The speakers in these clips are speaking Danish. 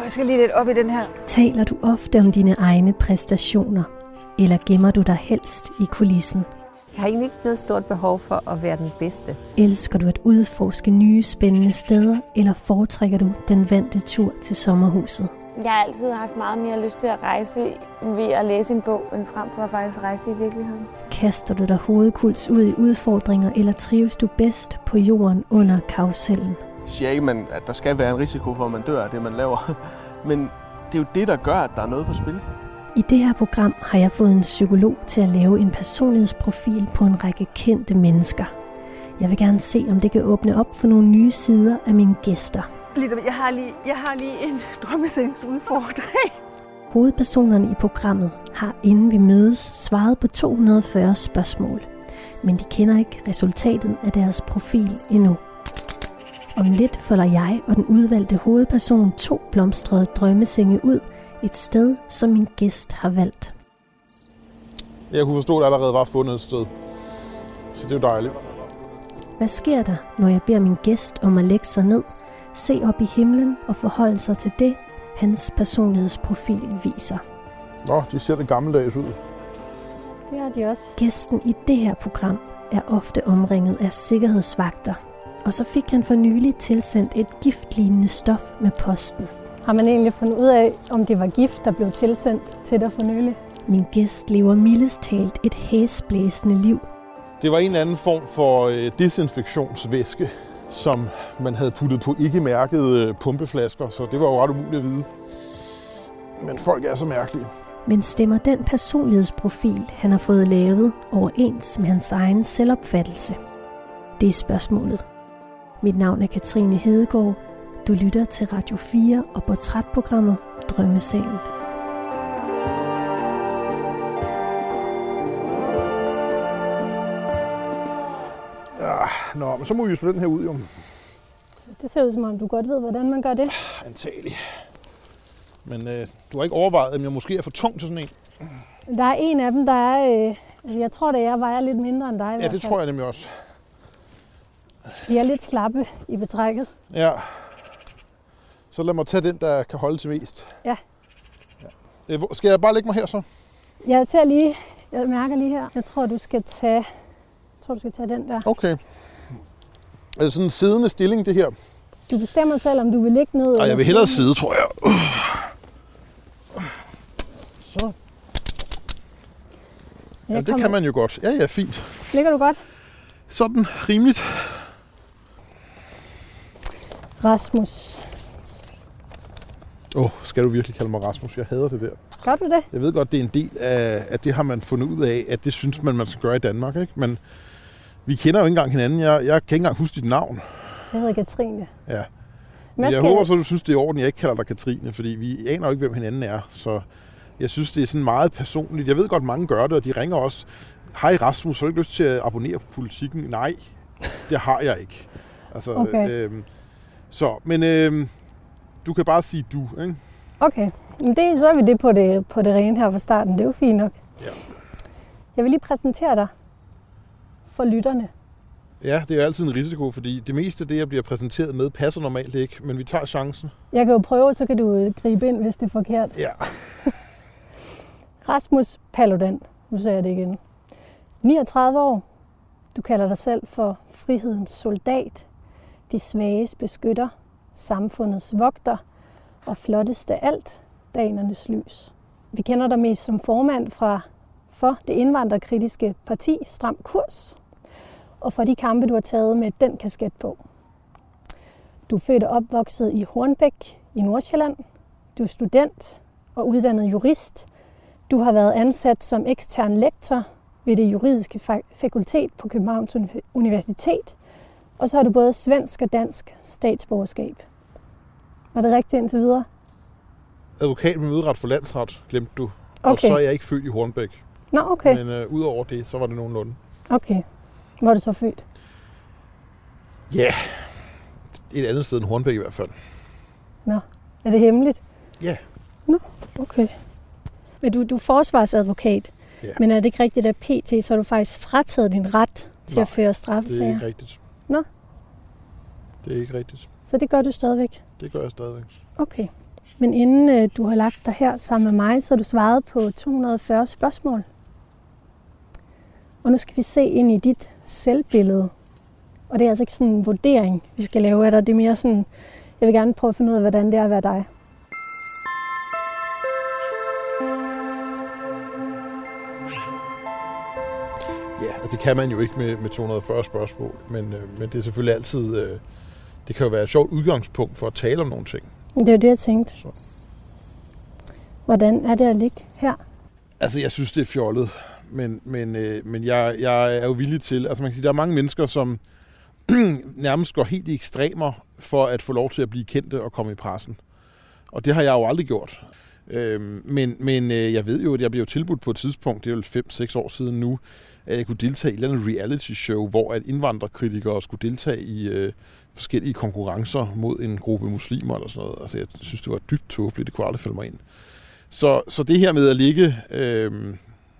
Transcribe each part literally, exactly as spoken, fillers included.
Jeg skal lige lidt op i den her. Taler du ofte om dine egne præstationer, eller gemmer du dig helst i kulissen? Jeg har egentlig ikke noget stort behov for at være den bedste. Elsker du at udforske nye spændende steder, eller foretrækker du den vante tur til sommerhuset? Jeg har altid haft meget mere lyst til at rejse ved at læse en bog, end frem for at faktisk rejse i virkeligheden. Kaster du dig hovedkuls ud i udfordringer, eller trives du bedst på jorden under karusellen? Jeg siger ikke, at der skal være en risiko for, at man dør af det, man laver. Men det er jo det, der gør, at der er noget på spil. I det her program har jeg fået en psykolog til at lave en personlighedsprofil på en række kendte mennesker. Jeg vil gerne se, om det kan åbne op for nogle nye sider af mine gæster. Jeg har lige, jeg har lige en drømmesengsudfordring. Hovedpersonerne i programmet har, inden vi mødes, svaret på to hundrede og fyrre spørgsmål. Men de kender ikke resultatet af deres profil endnu. Om lidt folder jeg og den udvalgte hovedperson to blomstrede drømmesenge ud et sted, som min gæst har valgt. Jeg kunne forstå, at det allerede var fundet et sted. Så det er jo dejligt. Hvad sker der, når jeg beder min gæst om at lægge sig ned, se op i himlen og forholde sig til det, hans personlighedsprofil viser? Nå, de ser det gammeldags ud. Det er de også. Gæsten i det her program er ofte omringet af sikkerhedsvagter. Og så fik han for nylig tilsendt et giftlignende stof med posten. Har man egentlig fundet ud af, om det var gift, der blev tilsendt til dig for nylig? Min gæst lever mildest talt et hæsblæsende liv. Det var en eller anden form for øh, desinfektionsvæske, som man havde puttet på ikke-mærkede øh, pumpeflasker, så det var jo ret umuligt at vide. Men folk er så mærkelige. Men stemmer den personlighedsprofil, han har fået lavet, overens med hans egen selvopfattelse? Det er spørgsmålet. Mit navn er Katrine Hedegaard. Du lytter til Radio fire og portrætprogrammet Drømmesengen. Ja, nå, men så må vi jo slå den her ud, jo. Det ser ud som om, du godt ved, hvordan man gør det. Antagelig. Men øh, du har ikke overvejet, om jeg måske er for tung til sådan en? Der er en af dem, der er... Øh, jeg tror, at jeg vejer lidt mindre end dig. Ja, det tror jeg nemlig også. De er lidt slappe i betrækket. Ja. Så lad mig tage den, der kan holde til mest. Ja. ja. Skal jeg bare lægge mig her så? Jeg tager lige... Jeg mærker lige her. Jeg tror, du skal tage... Jeg tror, du skal tage den der. Okay. Er det sådan en siddende stilling, det her? Du bestemmer selv, om du vil ligge ned. Nej, jeg vil hellere sidde, tror jeg. Uh. Så. Ja, det kan man jo godt. Ja, ja, fint. Ligger du godt? Sådan, rimeligt. Rasmus. Åh, oh, skal du virkelig kalde mig Rasmus? Jeg hader det der. Gør du det? Jeg ved godt, det er en del af, at det har man fundet ud af, at det synes man, man skal gøre i Danmark, ikke? Men vi kender jo ikke engang hinanden. Jeg, jeg kan ikke engang huske dit navn. Jeg hedder Katrine. Ja. Men jeg skal... håber så, du synes, det er i orden, jeg ikke kalder dig Katrine, fordi vi aner jo ikke, hvem hinanden er. Så jeg synes, det er sådan meget personligt. Jeg ved godt, mange gør det, og de ringer også. Hej Rasmus, har du ikke lyst til at abonnere på Politikken? Nej, det har jeg ikke. Altså, okay. øh, så, men øh, du kan bare sige du, ikke? Okay, men det, så er vi det på, det på det rene her fra starten. Det er jo fint nok. Ja. Jeg vil lige præsentere dig for lytterne. Ja, det er jo altid en risiko, fordi det meste af det, jeg bliver præsenteret med, passer normalt ikke, men vi tager chancen. Jeg kan jo prøve, så kan du gribe ind, hvis det er forkert. Ja. Rasmus Paludan, nu siger jeg det igen. niogtredive år. Du kalder dig selv for frihedens soldat, de svages beskytter, samfundets vogter og flottest af alt, danernes lys. Vi kender dig mest som formand fra, for det indvandrerkritiske parti Stram Kurs, og for de kampe, du har taget med den kasket på. Du er født og opvokset i Hornbæk i Nordsjælland. Du er student og uddannet jurist. Du har været ansat som ekstern lektor ved det juridiske fakultet på Københavns Universitet. Og så har du både svensk og dansk statsborgerskab. Var det rigtigt indtil videre? Advokat med møderet for landsret, glemte du. Okay. Og så er jeg ikke født i Hornbæk. Nå, okay. Men øh, udover det, så var det nogenlunde. Okay. Hvor er du så født? Ja, yeah. Et andet sted end Hornbæk i hvert fald. Nå, er det hemmeligt? Ja. Nå, okay. Men du, du er forsvarsadvokat, ja. Men er det ikke rigtigt, at P T, så har du faktisk frataget din ret til Nej, at føre straffesager? det er ikke rigtigt. Nå. Det er ikke rigtigt. Så det gør du stadigvæk? Det gør jeg stadigvæk. Okay. Men inden øh, du har lagt dig her sammen med mig, så har du svaret på to hundrede og fyrre spørgsmål. Og nu skal vi se ind i dit selvbillede. Og det er altså ikke sådan en vurdering, vi skal lave af dig. Det er mere sådan, jeg vil gerne prøve at finde ud af, hvordan det er at være dig. Ja, altså det kan man jo ikke med, med to hundrede og fyrre spørgsmål, men, øh, men det er selvfølgelig altid, øh, det kan jo være et sjovt udgangspunkt for at tale om nogle ting. Det er jo det, jeg tænkte. Så. Hvordan er det at ligge her? Altså, jeg synes, det er fjollet, men, men, øh, men jeg, jeg er jo villig til, altså man kan sige, der er mange mennesker, som nærmest går helt i ekstremer for at få lov til at blive kendte og komme i pressen. Og det har jeg jo aldrig gjort. Øhm, men men øh, jeg ved jo, at jeg blev tilbudt på et tidspunkt, det er jo fem seks år siden nu, at jeg kunne deltage i et eller andet reality show, hvor at indvandrerkritikere skulle deltage i øh, forskellige konkurrencer mod en gruppe muslimer eller sådan noget. Altså jeg synes, det var dybt tåbeligt, det kunne aldrig falde mig ind. Så, så det her med at ligge øh,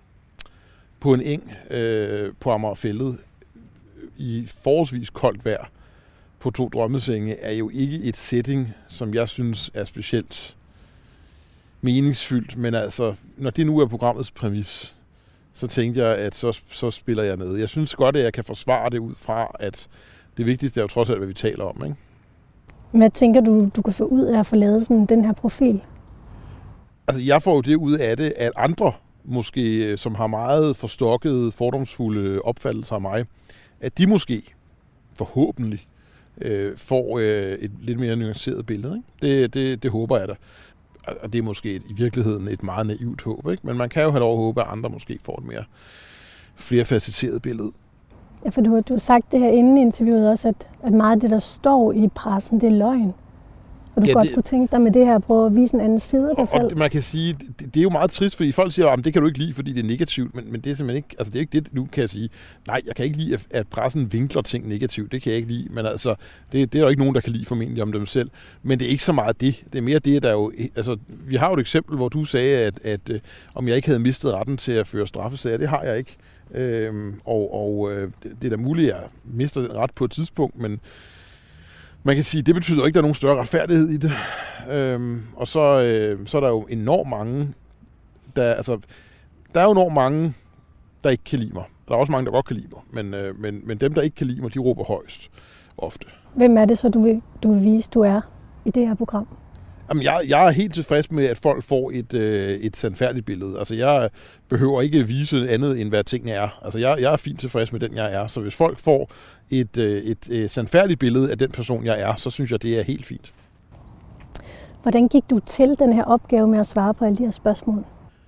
på en eng øh, på Amagerfælled i forholdsvis koldt vejr på to drømmesenge, er jo ikke et setting, som jeg synes er specielt meningsfyldt, men altså, når det nu er programmets præmis, så tænkte jeg, at så, så spiller jeg med. Jeg synes godt, at jeg kan forsvare det ud fra, at det vigtigste er jo trods alt, hvad vi taler om, ikke? Hvad tænker du, du kan få ud af at få lavet sådan den her profil? Altså, jeg får jo det ud af det, at andre, måske, som har meget forstokkede, fordomsfulde opfattelser af mig, at de måske, forhåbentlig, øh, får øh, et lidt mere nuanceret billede, ikke? Det, det, det håber jeg da. Og det er måske i virkeligheden et meget naivt håb, ikke? Men man kan jo have lov at håbe, at andre måske får et mere flerfacetteret billede. Ja, for du, du har sagt det her inden i interviewet også, at, at meget af det, der står i pressen, det er løgn. Og du ja, godt det, kunne tænke dig med det her at prøve at vise en anden side af dig selv. Og man kan sige, det, det er jo meget trist, fordi folk siger, at det kan du ikke lide, fordi det er negativt, men, men det er simpelthen ikke, altså det er ikke det, nu kan jeg sige, nej, jeg kan ikke lide, at pressen vinkler ting negativt, det kan jeg ikke lide, men altså, det, det er jo ikke nogen, der kan lide formentlig om dem selv, men det er ikke så meget det, det er mere det, der jo, altså, vi har jo et eksempel, hvor du sagde, at, at, at om jeg ikke havde mistet retten til at føre straffesager, det har jeg ikke, øhm, og, og øh, det er da muligt, at jeg mister den ret på et tidspunkt, men man kan sige, det betyder ikke, at der er nogen større retfærdighed i det. Øhm, og så, øh, så er der jo enormt mange, der, altså, der er jo enormt mange, der ikke kan lide mig. Der er også mange, der godt kan lide mig, men, øh, men, men dem, der ikke kan lide mig, de råber højst ofte. Hvem er det så, du vil, du vil vise, du er i det her program? Jamen, jeg, jeg er helt tilfreds med, at folk får et, øh, et sandfærdigt billede. Altså, jeg behøver ikke vise andet, end hvad tingene er. Altså, jeg, jeg er fint tilfreds med den, jeg er. Så hvis folk får et, øh, et, et sandfærdigt billede af den person, jeg er, så synes jeg, det er helt fint. Hvordan gik du til den her opgave med at svare på alle de her spørgsmål?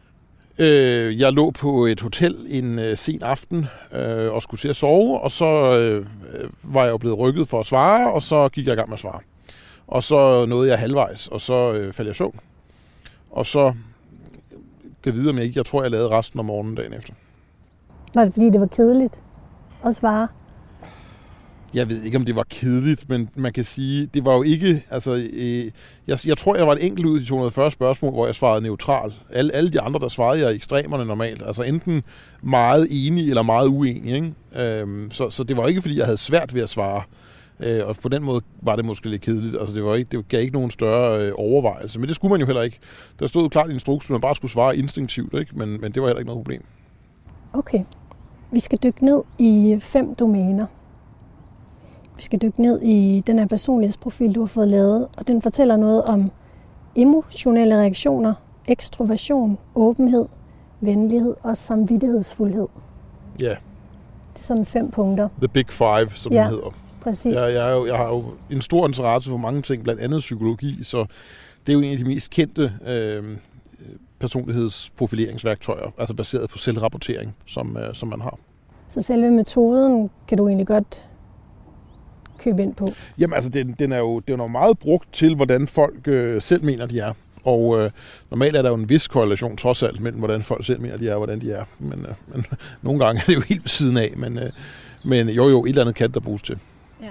Øh, jeg lå på et hotel en øh, sen aften øh, og skulle til at sove, og så øh, var jeg jo blevet rykket for at svare, og så gik jeg i gang med at svare. Og så nåede jeg halvvejs, og så øh, faldt jeg i søvn. Og så kan jeg vide, om jeg ikke, jeg tror, jeg lavede resten om morgenen dagen efter. Var det fordi, det var kedeligt at svare? Jeg ved ikke, om det var kedeligt, men man kan sige, det var jo ikke, altså, øh, jeg, jeg tror, jeg var et enkelt ud i to hundrede og fyrre spørgsmål, hvor jeg svarede neutral. Alle, alle de andre, der svarede jeg ekstremerne normalt. Altså enten meget enig eller meget uenig, ikke? Øhm, så, så det var ikke, fordi jeg havde svært ved at svare. Øh, og på den måde var det måske lidt kedeligt. Altså det, var ikke, det gav ikke nogen større øh, overvejelse. Men det skulle man jo heller ikke. Der stod klart i instruksen, at man bare skulle svare instinktivt, ikke? Men, men det var heller ikke noget problem. Okay. Vi skal dykke ned i fem domæner. Vi skal dykke ned i den her personlighedsprofil, du har fået lavet, og den fortæller noget om emotionelle reaktioner, ekstroversion, åbenhed, venlighed og samvittighedsfuldhed. Ja. Yeah. Det er sådan fem punkter. The Big Five, som ja, den hedder. Præcis. Jeg, jeg, jo, jeg har jo en stor interesse for mange ting, blandt andet psykologi, så det er jo en af de mest kendte øh, personlighedsprofileringsværktøjer, altså baseret på selvrapportering, som, øh, som man har. Så selve metoden kan du egentlig godt købe ind på? Jamen altså, den, den er jo den er jo meget brugt til, hvordan folk øh, selv mener, de er. Og øh, normalt er der jo en vis korrelation trods alt mellem, hvordan folk selv mener, de er og hvordan de er. Men, øh, men nogle gange er det jo helt ved siden af, men, øh, men jo jo, et eller andet kan der bruges til. Ja.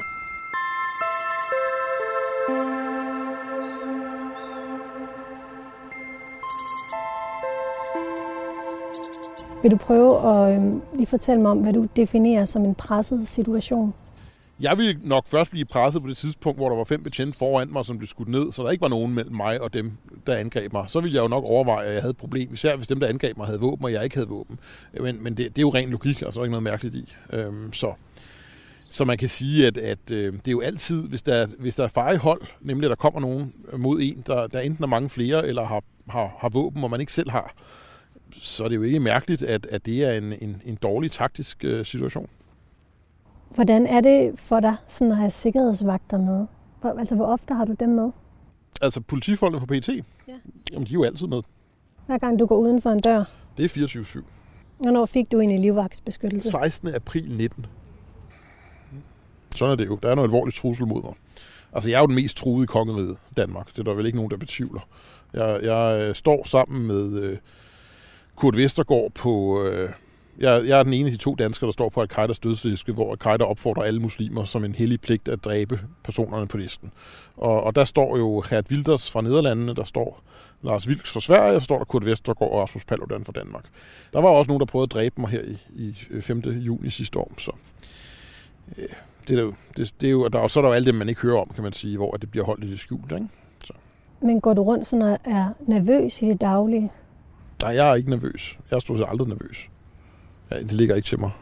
Vil du prøve at øh, lige fortælle mig om, hvad du definerer som en presset situation? Jeg ville nok først blive presset på det tidspunkt, hvor der var fem betjente foran mig, som blev skudt ned, så der ikke var nogen mellem mig og dem, der angreb mig. Så ville jeg jo nok overveje, at jeg havde et problem, især hvis dem, der angreb mig, havde våben, og jeg ikke havde våben. Men, men det, det er jo ren logik, altså ikke noget mærkeligt i. Øhm, så, så man kan sige, at, at øh, det er jo altid, hvis der, hvis der er fare i hold, nemlig at der kommer nogen mod en, der, der enten er mange flere, eller har, har, har våben, og man ikke selv har, så er det jo ikke mærkeligt, at, at det er en, en, en dårlig taktisk øh, situation. Hvordan er det for dig sådan at have sikkerhedsvagter med? Hvor, altså, hvor ofte har du dem med? Altså, politifolkene på P E T? Ja. Jamen, de er jo altid med. Hver gang du går uden for en dør? Det er fireogtyve syv. Hvornår fik du en i livvagtsbeskyttelse? sekstende april nitten. Sådan er det jo. Der er noget alvorligt trussel mod mig. Altså, jeg er jo den mest truede i kongeriget Danmark. Det er der vel ikke nogen, der betvivler. Jeg, jeg står sammen med øh, Kurt Vestergaard på... Øh, Jeg, jeg er den ene af de to danskere, der står på Al-Qaidas dødsliste, hvor Al-Qaida opfordrer alle muslimer som en hellig pligt at dræbe personerne på listen. Og, og der står jo Geert Wilders fra Nederlandene, der står Lars Vilks fra Sverige, og så står der Kurt Vestergaard og Rasmus Paludan fra Danmark. Der var også nogen, der prøvede at dræbe mig her i, i femte juni sidste år. Så øh, det er jo, det, det er jo, der, og så er der jo alt det, man ikke hører om, kan man sige, hvor det bliver holdt i det skjult. Ikke? Så. Men går du rundt sådan og er nervøs i det daglige? Nej, jeg er ikke nervøs. Jeg er stort set aldrig nervøs. Ja, det ligger ikke til mig.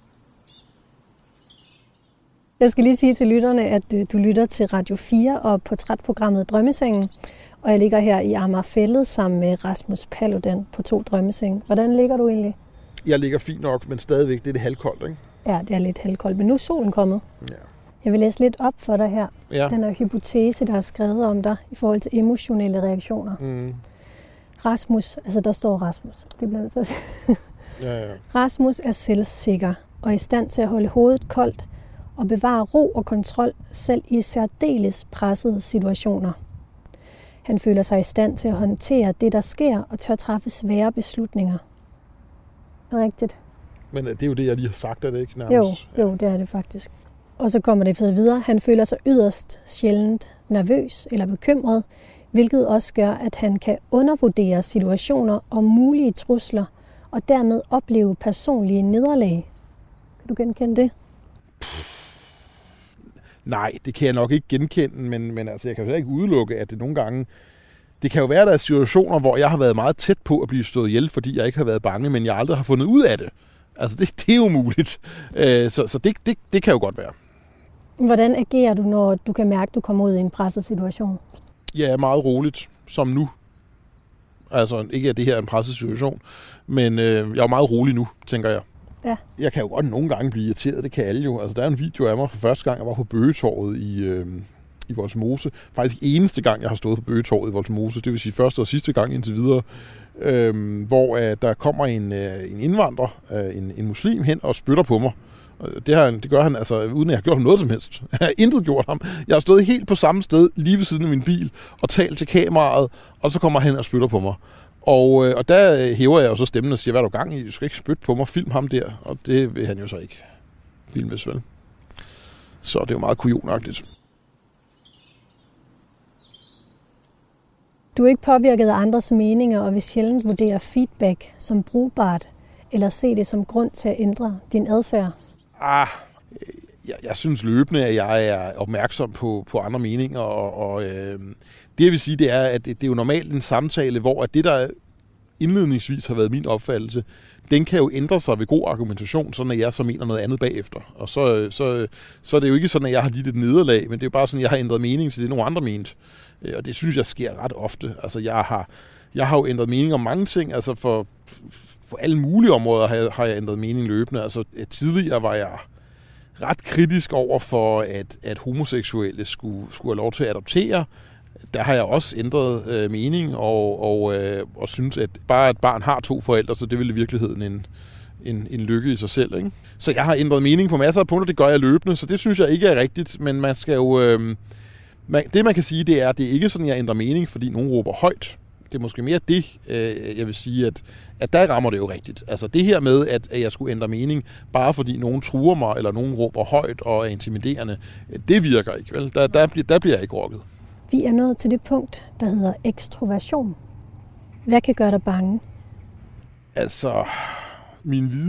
Jeg skal lige sige til lytterne, at du lytter til Radio fire og portrætprogrammet Drømmesengen. Og jeg ligger her i Amagerfælled sammen med Rasmus Paludan på to drømmesenge. Hvordan ligger du egentlig? Jeg ligger fint nok, men stadigvæk det er det halvkoldt, ikke? Ja, det er lidt halvkoldt, men nu er solen kommet. Ja. Jeg vil læse lidt op for dig her. Ja. Den her hypotese, der er skrevet om dig i forhold til emotionelle reaktioner. Mm. Rasmus, altså der står Rasmus. Det bliver nødt til at sige. Ja, ja. Rasmus er selvsikker og i stand til at holde hovedet koldt og bevare ro og kontrol selv i særdeles pressede situationer. Han føler sig i stand til at håndtere det, der sker, og tør træffe svære beslutninger. Rigtigt? Men det er jo det, jeg lige har sagt, er det ikke nærmest? Jo, jo, det er det faktisk. Og så kommer det videre. Han føler sig yderst sjældent nervøs eller bekymret, hvilket også gør, at han kan undervurdere situationer og mulige trusler, og dermed opleve personlige nederlag. Kan du genkende det? Nej, det kan jeg nok ikke genkende, men, men altså, jeg kan jo ikke udelukke, at det nogle gange... Det kan jo være, at der er situationer, hvor jeg har været meget tæt på at blive slået ihjel, fordi jeg ikke har været bange, men jeg aldrig har fundet ud af det. Altså, det, det er jo muligt. Så, så det, det, det kan jo godt være. Hvordan agerer du, når du kan mærke, at du kommer ud i en presset situation? Ja, meget roligt, som nu. Altså, ikke at det her er en presset situation, men øh, jeg er meget rolig nu, tænker jeg. Ja. Jeg kan jo godt nogle gange blive irriteret, det kan alle jo. Altså, der er en video af mig for første gang, jeg var på Bøgetorvet i, øh, i Vollsmose. Faktisk eneste gang, jeg har stået på Bøgetorvet i Vollsmose, det vil sige første og sidste gang indtil videre, øh, hvor øh, der kommer en, øh, en indvandrer, øh, en, en muslim hen og spytter på mig. Det, her, det gør han altså, uden at jeg har gjort noget som helst. Jeg har intet gjort ham. Jeg har stået helt på samme sted, lige ved siden af min bil, og talt til kameraet, og så kommer han hen og spytter på mig. Og, og der hæver jeg jo så stemmen og siger, hvad er du gang i? Du skal ikke spytte på mig, film ham der. Og det vil han jo så ikke filmes, vel? Så det er jo meget kujonagtigt. Du er ikke påvirket af andres meninger, og vil sjældent vurdere feedback som brugbart, eller se det som grund til at ændre din adfærd? Ah, jeg, jeg synes løbende, at jeg er opmærksom på, på andre meninger, og, og øh, det jeg vil sige, det er, at det, det er jo normalt en samtale, hvor at det, der indledningsvis har været min opfattelse, den kan jo ændre sig ved god argumentation, sådan at jeg så mener noget andet bagefter. Og så, så, så er det jo ikke sådan, at jeg har lidt et nederlag, men det er jo bare sådan, at jeg har ændret mening til det, nogle andre mente. Og det synes jeg sker ret ofte. Altså, jeg har, jeg har jo ændret mening om mange ting, altså for... På alle mulige områder har jeg, har jeg ændret mening løbende. Altså, tidligere var jeg ret kritisk over for, at, at homoseksuelle skulle, skulle have lov til at adoptere. Der har jeg også ændret øh, mening, og, og, øh, og synes, at bare et barn har to forældre, så det vil i virkeligheden en, en, en lykke i sig selv. Ikke? Så jeg har ændret mening på masser af punkter, det gør jeg løbende, så det synes jeg ikke er rigtigt. Men man skal jo... Øh, man, det man kan sige, det er, at det er ikke sådan, jeg ændrer mening, fordi nogen råber højt. Det er måske mere det, øh, jeg vil sige, at, at der rammer det jo rigtigt. Altså det her med, at, at jeg skulle ændre mening, bare fordi nogen truer mig, eller nogen råber højt og er intimiderende, det virker ikke, vel? Der, der, bliver, der bliver jeg ikke rokket. Vi er nået til det punkt, der hedder ekstroversion. Hvad kan gøre dig bange? Altså, min viden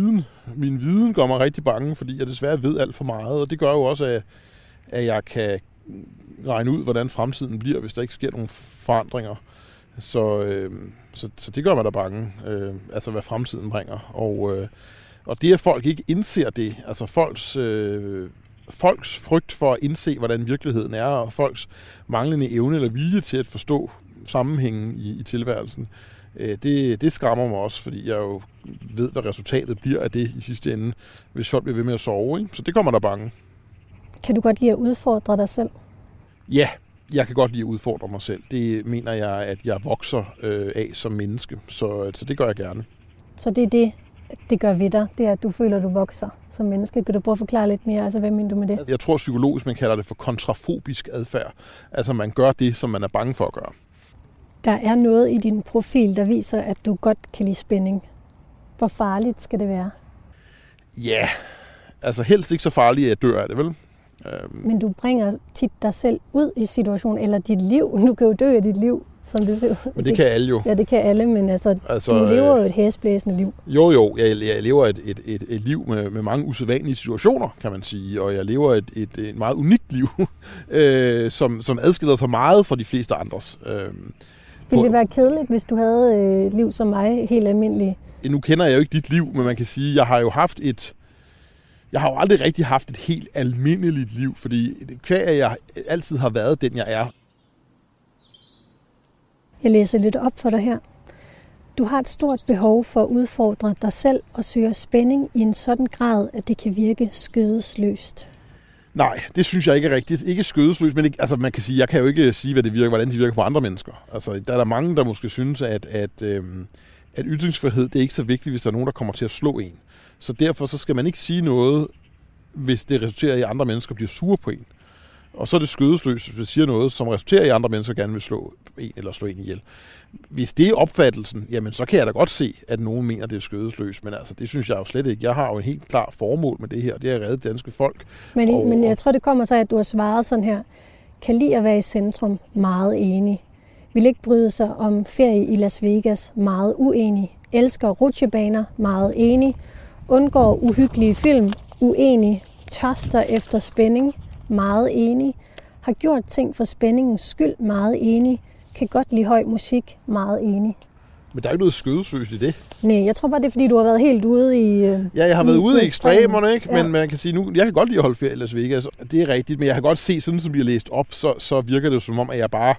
Min viden gør mig rigtig bange, fordi jeg desværre ved alt for meget, og det gør jo også, at, at jeg kan regne ud, hvordan fremtiden bliver, hvis der ikke sker nogle forandringer. Så, øh, så, så det gør mig da bange, øh, altså hvad fremtiden bringer. Og, øh, og det, at folk ikke indser det, altså folks, øh, folks frygt for at indse, hvordan virkeligheden er, og folks manglende evne eller vilje til at forstå sammenhængen i, i tilværelsen, øh, det, det skræmmer mig også, fordi jeg jo ved, hvad resultatet bliver af det i sidste ende, hvis folk bliver ved med at sove. Ikke? Så det kommer der bange. Kan du godt lide at udfordre dig selv? Ja, jeg kan godt lide at udfordre mig selv. Det mener jeg, at jeg vokser øh, af som menneske, så, så det gør jeg gerne. Så det er det, det gør ved dig, det er, at du føler, at du vokser som menneske. Kan du prøve at forklare lidt mere? Altså, hvad mener du med det? Jeg tror psykologisk, man kalder det for kontrafobisk adfærd. Altså, man gør det, som man er bange for at gøre. Der er noget i din profil, der viser, at du godt kan lide spænding. Hvor farligt skal det være? Ja, altså helst ikke så farligt, at jeg dør af det, vel? Men du bringer tit dig selv ud i situationen, eller dit liv. Du kan jo dø af dit liv, som det ser ud. Men det, det kan alle jo. Ja, det kan alle, men altså, altså du lever jo et hæsblæsende liv. Jo, jo. Jeg, jeg lever et, et, et, et liv med, med mange usædvanlige situationer, kan man sige. Og jeg lever et, et, et meget unikt liv, øh, som, som adskiller sig meget fra de fleste andres. Øh, Ville det være kedeligt, hvis du havde et liv som mig, helt almindeligt? Nu kender jeg jo ikke dit liv, men man kan sige, at jeg har jo haft et... Jeg har jo aldrig rigtig haft et helt almindeligt liv, fordi kvæg at jeg altid har været den, jeg er. Jeg læser lidt op for dig her. Du har et stort behov for at udfordre dig selv og søge spænding i en sådan grad, at det kan virke skødesløst. Nej, det synes jeg ikke er rigtigt. Ikke skødesløst, men ikke, altså man kan sige, jeg kan jo ikke sige, hvad det virker, hvordan det virker på andre mennesker. Altså der er der mange, der måske synes, at, at, øhm, at ytringsfrihed, det er ikke så vigtigt, hvis der er nogen, der kommer til at slå en. Så derfor så skal man ikke sige noget, hvis det resulterer i, at andre mennesker bliver sure på en. Og så er det skødesløst, hvis man siger noget, som resulterer i, at andre mennesker gerne vil slå en eller slå en ihjel. Hvis det er opfattelsen, jamen så kan jeg da godt se, at nogen mener, det er skødesløst. Men altså, det synes jeg jo slet ikke. Jeg har jo en helt klar formål med det her. Det er at redde danske folk. Men, og, men jeg tror, det kommer så, at du har svaret sådan her. Kan lide at være i centrum. Meget enig. Vil ikke bryde sig om ferie i Las Vegas. Meget uenig. Elsker rutsjebaner. Meget enig. Undgår uhyggelige film. Uenig. Tørster efter spænding. Meget enig. Har gjort ting for spændingens skyld. Meget enig. Kan godt lide høj musik. Meget enig. Men der er jo noget skødesløst i det. Nej, jeg tror bare, det er, fordi du har været helt ude i... Ja, jeg har været ude i ekstremerne, ikke? Ja. Men man kan sige nu, jeg kan godt lide at holde ferie i Las Vegas. Det er rigtigt, men jeg kan godt se, sådan som vi har læst op, så, så virker det som om, at jeg bare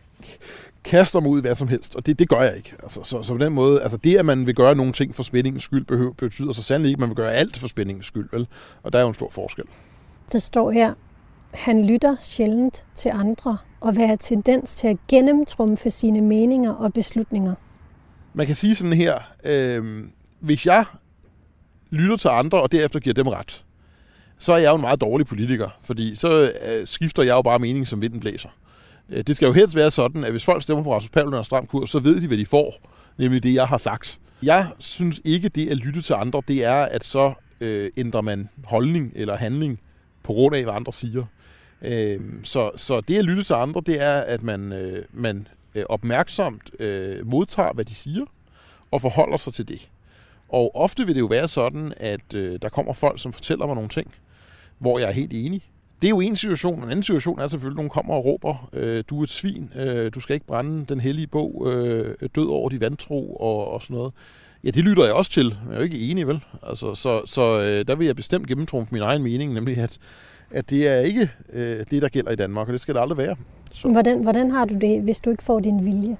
kaster mig ud i hvad som helst. Og det, det gør jeg ikke. Altså, så, så på den måde, altså det, at man vil gøre nogle ting for spændingens skyld, behøver, betyder så sandelig ikke, at man vil gøre alt for spændingens skyld, vel? Og der er jo en stor forskel. Det står her, han lytter sjældent til andre og vil have tendens til at gennemtrumfe sine meninger og beslutninger. Man kan sige sådan her, øh, hvis jeg lytter til andre og derefter giver dem ret, så er jeg jo en meget dårlig politiker, fordi så øh, skifter jeg jo bare mening, som vinden blæser. Det skal jo helst være sådan, at hvis folk stemmer på Rasmus Paludan og Stram Kurs, så ved de, hvad de får, nemlig det, jeg har sagt. Jeg synes ikke, det at lytte til andre, det er, at så øh, ændrer man holdning eller handling på grund af, hvad andre siger. Øh, så, så det at lytte til andre, det er, at man, øh, man øh, opmærksomt øh, modtager, hvad de siger, og forholder sig til det. Og ofte vil det jo være sådan, at øh, der kommer folk, som fortæller mig nogle ting, hvor jeg er helt enig. Det er jo en situation. En anden situation er selvfølgelig, at nogen kommer og råber, øh, du er et svin, øh, du skal ikke brænde den hellige bog, øh, død over de vantro og, og sådan noget. Ja, det lytter jeg også til. Jeg er jo ikke enig, vel? Altså, så så øh, der vil jeg bestemt gennemtrumfe min egen mening, nemlig at, at det er ikke øh, det, der gælder i Danmark, og det skal det aldrig være. Så. Hvordan, hvordan har du det, hvis du ikke får din vilje?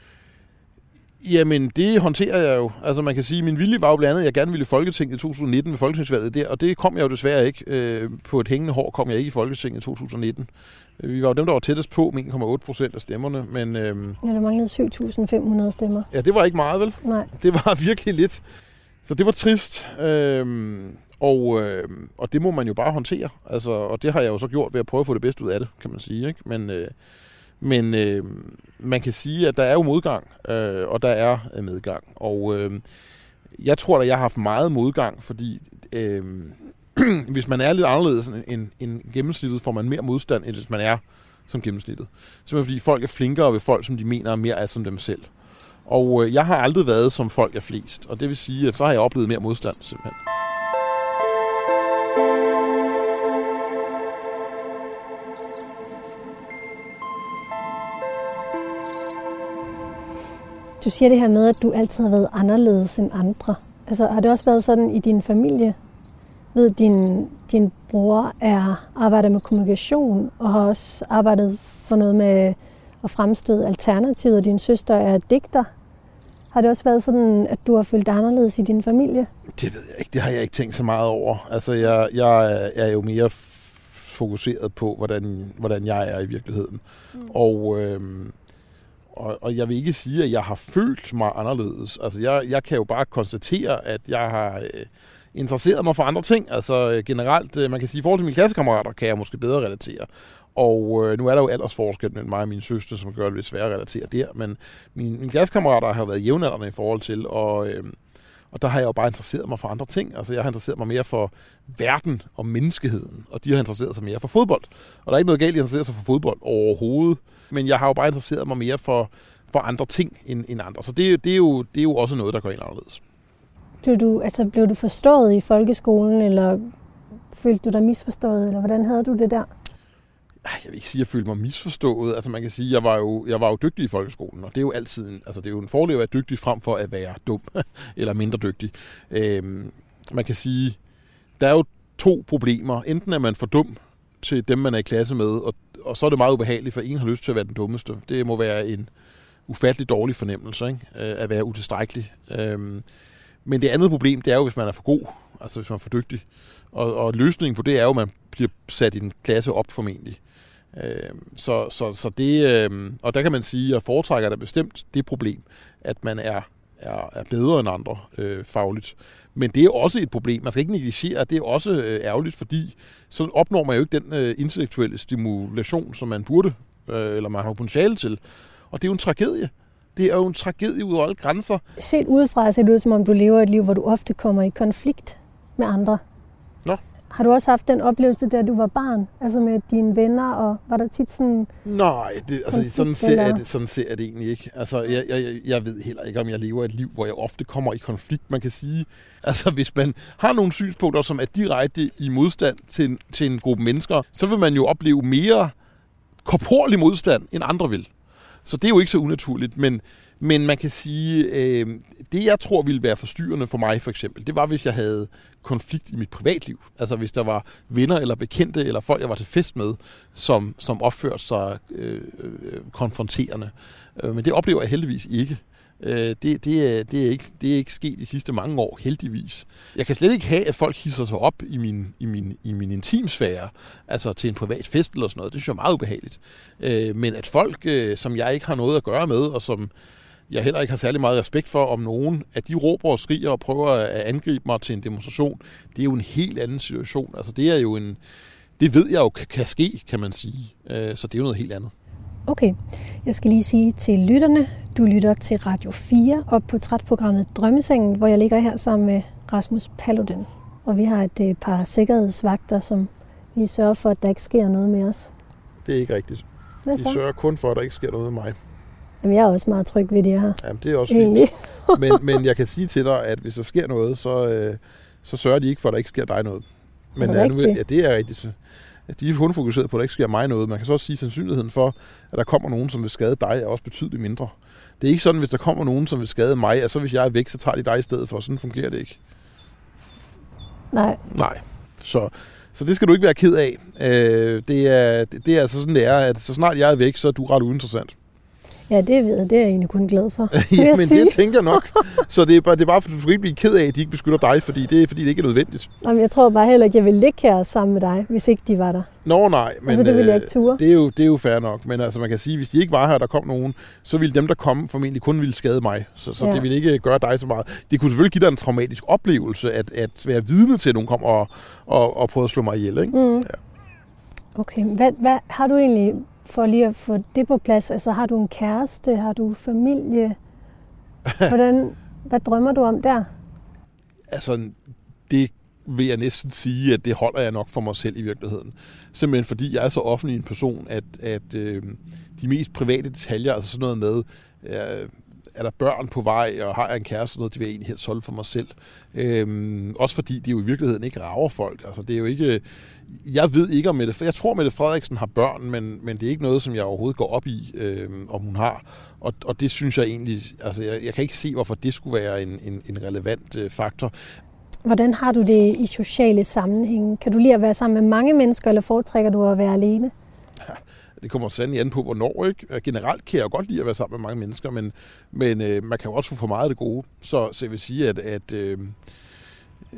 Jamen, det håndterer jeg jo. Altså, man kan sige, at min vilje var jo blandt andet, at jeg gerne ville i Folketinget i to tusind nitten ved folketingsvalget der, og det kom jeg jo desværre ikke. Øh, på et hængende hår kom jeg ikke i Folketinget i to tusind nitten. Vi var jo dem, der var tættest på med en komma otte procent af stemmerne, men... Øh, ja, der manglede syv tusind fem hundrede stemmer. Ja, det var ikke meget, vel? Nej. Det var virkelig lidt. Så det var trist. Øh, og, øh, og det må man jo bare håndtere. Altså, og det har jeg jo så gjort ved at prøve at få det bedste ud af det, kan man sige, ikke? Men... Øh, Men øh, man kan sige, at der er jo modgang, øh, og der er øh, medgang. Og øh, jeg tror, at jeg har haft meget modgang, fordi øh, hvis man er lidt anderledes end, end gennemsnittet, får man mere modstand, end hvis man er som gennemsnittet. Simpelthen fordi folk er flinkere ved folk, som de mener er mere af som dem selv. Og øh, jeg har aldrig været som folk er flest, og det vil sige, at så har jeg oplevet mere modstand simpelthen. Du siger det her med, at du altid har været anderledes end andre. Altså, har det også været sådan i din familie? Ved din, din bror er arbejder med kommunikation og har også arbejdet for noget med at fremstøde alternativet, og din søster er digter. Har det også været sådan, at du har følt dig anderledes i din familie? Det ved jeg ikke. Det har jeg ikke tænkt så meget over. Altså, jeg, jeg er jo mere fokuseret på, hvordan, hvordan jeg er i virkeligheden. Mm. Og, øhm, og, og jeg vil ikke sige, at jeg har følt mig anderledes. Altså, jeg, jeg kan jo bare konstatere, at jeg har øh, interesseret mig for andre ting. Altså, generelt, øh, man kan sige, i forhold til mine klassekammerater, kan jeg måske bedre relatere. Og øh, nu er der jo aldersforskel mellem mig og min søster, som gør det lidt svært at relatere der. Men mine, mine klassekammerater har jo været jævnaldrende i forhold til, og... Øh, Og der har jeg jo bare interesseret mig for andre ting. Altså, jeg har interesseret mig mere for verden og menneskeheden, og de har interesseret sig mere for fodbold. Og der er ikke noget galt i at interessere sig for fodbold overhovedet, men jeg har jo bare interesseret mig mere for, for andre ting end, end andre. Så det, det, er jo, det er jo også noget, der går ind anderledes. Blev du, altså, blev du forstået i folkeskolen, eller følte du dig misforstået, eller hvordan havde du det der? Jeg vil ikke sige, at jeg følte mig misforstået. Altså man kan sige, at jeg var jo, jeg var jo dygtig i folkeskolen, og det er jo altid en, altså det er jo en fordel at være dygtig frem for at være dum eller mindre dygtig. Øhm, man kan sige, der er jo to problemer. Enten er man for dum til dem, man er i klasse med, og, og så er det meget ubehageligt, for ingen har lyst til at være den dummeste. Det må være en ufattelig dårlig fornemmelse, ikke? At være utilstrækkelig. Øhm, men det andet problem, det er jo, hvis man er for god, altså hvis man er for dygtig. Og, og løsningen på det er jo, at man bliver sat i en klasse op formentlig. Øh, så, så, så det, øh, og der kan man sige, at jeg foretrækker da bestemt det problem, at man er, er, er bedre end andre øh, fagligt. Men det er også et problem. Man skal ikke negligere, at det er også øh, ærgerligt, fordi så opnår man jo ikke den øh, intellektuelle stimulation, som man burde, øh, eller man har potentiale til. Og det er jo en tragedie. Det er jo en tragedie ud over alle grænser. Set udefra ser det ud, som om du lever et liv, hvor du ofte kommer i konflikt med andre. Nå. Har du også haft den oplevelse, da du var barn? Altså med dine venner, og var der tit sådan... Nej, det, altså, sådan, ser jeg det, sådan ser jeg det egentlig ikke. Altså, jeg, jeg, jeg ved heller ikke, om jeg lever et liv, hvor jeg ofte kommer i konflikt. Man kan sige, altså hvis man har nogle synspunkter, som er direkte i modstand til en, til en gruppe mennesker, så vil man jo opleve mere korporlig modstand, end andre vil. Så det er jo ikke så unaturligt, men, men man kan sige, øh, det jeg tror ville være forstyrrende for mig for eksempel, det var, hvis jeg havde konflikt i mit privatliv. Altså hvis der var venner eller bekendte, eller folk, jeg var til fest med, som, som opførte sig øh, konfronterende. Øh, men det oplever jeg heldigvis ikke. Øh, det, det, er, det, er ikke. det er ikke sket de sidste mange år, heldigvis. Jeg kan slet ikke have, at folk hisser sig op i min, i min, i min intimsfære, altså til en privat fest eller sådan noget. Det synes jeg er meget ubehageligt. Øh, men at folk, øh, som jeg ikke har noget at gøre med, og som jeg heller ikke har særlig meget respekt for om nogen, at de råber og skriger og prøver at angribe mig til en demonstration, det er jo en helt anden situation. Altså det er jo en, det ved jeg jo kan ske, kan man sige. Øh, så det er jo noget helt andet. Okay, jeg skal lige sige til lytterne, du lytter til Radio fire op på portrætprogrammet Drømmesengen, hvor jeg ligger her sammen med Rasmus Paludan. Og vi har et par sikkerhedsvagter, som lige sørger for, at der ikke sker noget med os. Det er ikke rigtigt. Hvad De så? sørger kun for, at der ikke sker noget med mig. Jamen, jeg er også meget tryg ved det her. Jamen, det er også fint. men, men jeg kan sige til dig, at hvis der sker noget, så, øh, så sørger de ikke for, at der ikke sker dig noget. Men er det, ja, det er rigtigt. De er kun fokuseret på, at der ikke sker mig noget. Man kan så også sige, at sandsynligheden for, at der kommer nogen, som vil skade dig, er også betydeligt mindre. Det er ikke sådan, hvis der kommer nogen, som vil skade mig, at så hvis jeg er væk, så tager de dig i stedet for. Sådan fungerer det ikke. Nej. Nej. Så, så det skal du ikke være ked af. Øh, det, er, det, det er altså sådan, det er, at så snart jeg er væk, så er du ret uinteressant. Ja, det ved jeg. Det er jeg egentlig kun glad for. Ja, men sige. Det tænker jeg nok. Så det er bare, det er bare fordi du skal ikke blive ked af, at de ikke beskytter dig, fordi det er fordi det ikke er nødvendigt. Jamen, jeg tror bare heller ikke, jeg ville ligge her sammen med dig, hvis ikke de var der. Nå nej, men altså, det ville jeg ikke ture. Det er jo, det er jo fair nok. Men altså, man kan sige, hvis de ikke var her, og der kom nogen, så ville dem, der kom, formentlig kun ville skade mig. Så, så ja. Det ville ikke gøre dig så meget. Det kunne selvfølgelig give dig en traumatisk oplevelse, at, at være vidne til, at nogen kom og, og, og prøvede at slå mig ihjel. Ikke? Mm. Ja. Okay, hvad, hvad har du egentlig... For lige at få det på plads, altså har du en kæreste, har du familie? Hvordan, hvad drømmer du om der? Altså, det vil jeg næsten sige, at det holder jeg nok for mig selv i virkeligheden. Simpelthen fordi jeg er så offentlig en person, at, at øh, de mest private detaljer, altså sådan noget med, øh, er der børn på vej, og har jeg en kæreste, noget, det vil jeg egentlig helst holde for mig selv. Øhm, også fordi de jo i virkeligheden ikke rager folk. Altså, det er jo ikke... Jeg ved ikke om Mette... Jeg tror, Mette Frederiksen har børn, men, men det er ikke noget, som jeg overhovedet går op i, øhm, om hun har. Og, og det synes jeg egentlig... Altså, jeg, jeg kan ikke se, hvorfor det skulle være en, en, en relevant øh, faktor. Hvordan har du det i sociale sammenhænge? Kan du lide at være sammen med mange mennesker, eller foretrækker du at være alene? Ja, det kommer sandelig an på, hvornår. Ikke? Generelt kan jeg jo godt lide at være sammen med mange mennesker, men, men øh, man kan jo også få for meget af det gode. Så, så jeg vil sige, at, at øh, øh,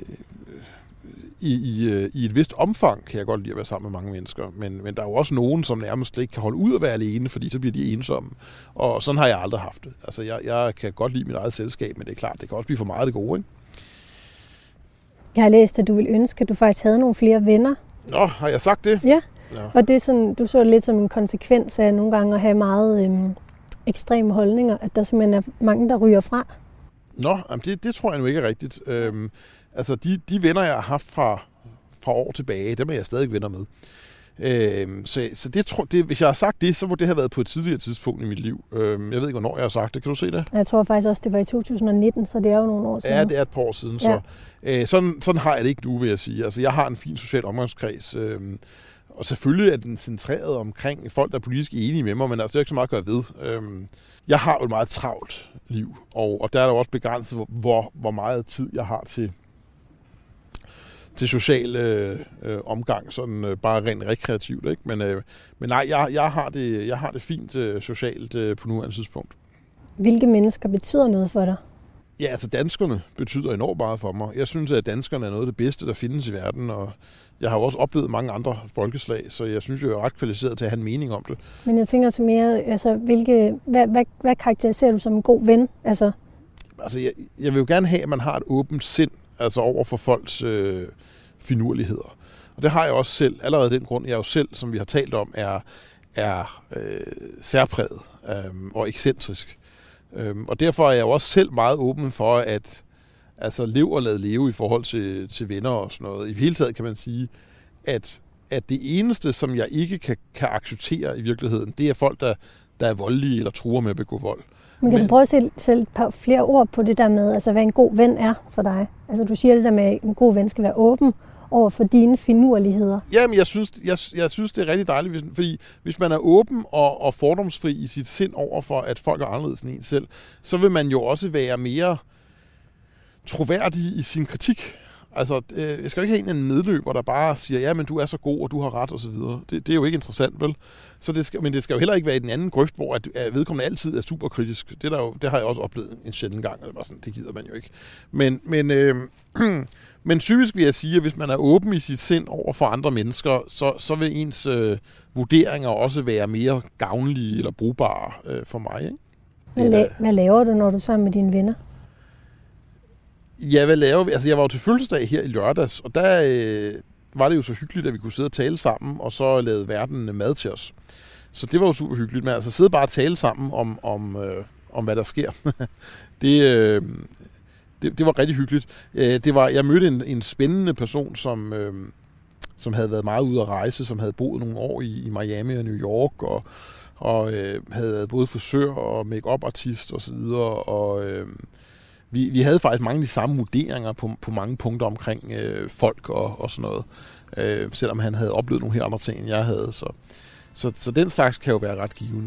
i, i, i et vist omfang kan jeg godt lide at være sammen med mange mennesker. Men, men der er jo også nogen, som nærmest ikke kan holde ud at være alene, fordi så bliver de ensomme. Og sådan har jeg aldrig haft det. Altså, jeg, jeg kan godt lide mit eget selskab, men det er klart, det kan også blive for meget af det gode, ikke? Jeg har læst, at du ville ønske, at du faktisk havde nogle flere venner. Nå, har jeg sagt det? Ja, ja. Og det er sådan, du så det lidt som en konsekvens af nogle gange at have meget øhm, ekstreme holdninger, at der simpelthen er mange, der ryger fra. Nå, jamen det, det tror jeg nu ikke er rigtigt. Øhm, altså, de, de venner, jeg har haft fra, fra år tilbage, dem er jeg stadig venner med. Øhm, så så det, tror, det, hvis jeg har sagt det, så må det have været på et tidligere tidspunkt i mit liv. Øhm, jeg ved ikke, hvornår jeg har sagt det. Kan du se det? Jeg tror faktisk også, det var i to tusind nitten, så det er jo nogle år siden. Ja, det er et par år siden. Så. Ja. Øh, sådan, sådan har jeg det ikke nu, vil jeg sige. Altså, jeg har en fin social omgangskreds, øhm, og selvfølgelig er den centreret omkring folk, der er politisk enige med mig, men altså, det er ikke så meget at gøre ved. Øhm, jeg har jo et meget travlt liv, og, og der er der også begrænset, hvor, hvor meget tid jeg har til til social øh, øh, omgang, sådan øh, bare rent rekreativt, ikke? Men, øh, men nej, jeg, jeg, har det, jeg har det fint øh, socialt øh, på nuværende tidspunkt. Hvilke mennesker betyder noget for dig? Ja, altså danskerne betyder enormt meget for mig. Jeg synes, at danskerne er noget af det bedste, der findes i verden, og jeg har jo også oplevet mange andre folkeslag, så jeg synes, jeg er ret kvalificeret til at have en mening om det. Men jeg tænker så mere, altså, hvilke, hvad, hvad, hvad karakteriserer du som en god ven? Altså, altså jeg, jeg vil jo gerne have, at man har et åbent sind, altså over for folks øh, finurligheder. Og det har jeg også selv. Allerede den grund, jeg jo selv, som vi har talt om, er, er øh, særpræget øh, og ekscentrisk. Øh, og derfor er jeg jo også selv meget åben for, at altså, leve og lade leve i forhold til, til venner og sådan noget. I hele taget kan man sige, at, at det eneste, som jeg ikke kan, kan acceptere i virkeligheden, det er folk, der, der er voldelige eller truer med at begå vold. Men kan Men, du prøve at sætte et par flere ord på det der med, altså hvad en god ven er for dig? Altså du siger det der med, at en god ven skal være åben over for dine finurligheder. Jamen jeg synes, jeg, jeg synes det er rigtig dejligt, hvis, fordi hvis man er åben og, og fordomsfri i sit sind over for, at folk er anderledes end en selv, så vil man jo også være mere troværdig i sin kritik. Altså, jeg skal ikke have en medløber, der bare siger, ja, men du er så god, og du har ret, og så videre. Det, det er jo ikke interessant, vel? Så det skal, men det skal jo heller ikke være i den anden grøft, hvor at, at vedkommende altid er superkritisk. Det, der jo, det har jeg også oplevet en sjældent gang, og det, sådan, det gider man jo ikke. Men, men, øh, men typisk vil jeg sige, at hvis man er åben i sit sind over for andre mennesker, så, så vil ens øh, vurderinger også være mere gavnlige eller brugbare øh, for mig. Ikke? Hvad, la- hvad laver du, når du er sammen med dine venner? Ja, hvad laver vi? Altså, jeg var jo til fødselsdag her i lørdags, og der øh, var det jo så hyggeligt, at vi kunne sidde og tale sammen, og så lavede verden mad til os. Så det var jo super hyggeligt, men altså sidde bare og tale sammen om, om, øh, om hvad der sker. det, øh, det, det var rigtig hyggeligt. Det var, jeg mødte en, en spændende person, som, øh, som havde været meget ude at rejse, som havde boet nogle år i, i Miami og New York, og, og øh, havde været både frisør og make-up-artist og så videre, og øh, Vi, vi havde faktisk mange af de samme vurderinger på, på mange punkter omkring øh, folk og, og sådan noget. Øh, selvom han havde oplevet nogle helt andre ting, end jeg havde. Så, så, så den slags kan jo være ret givende.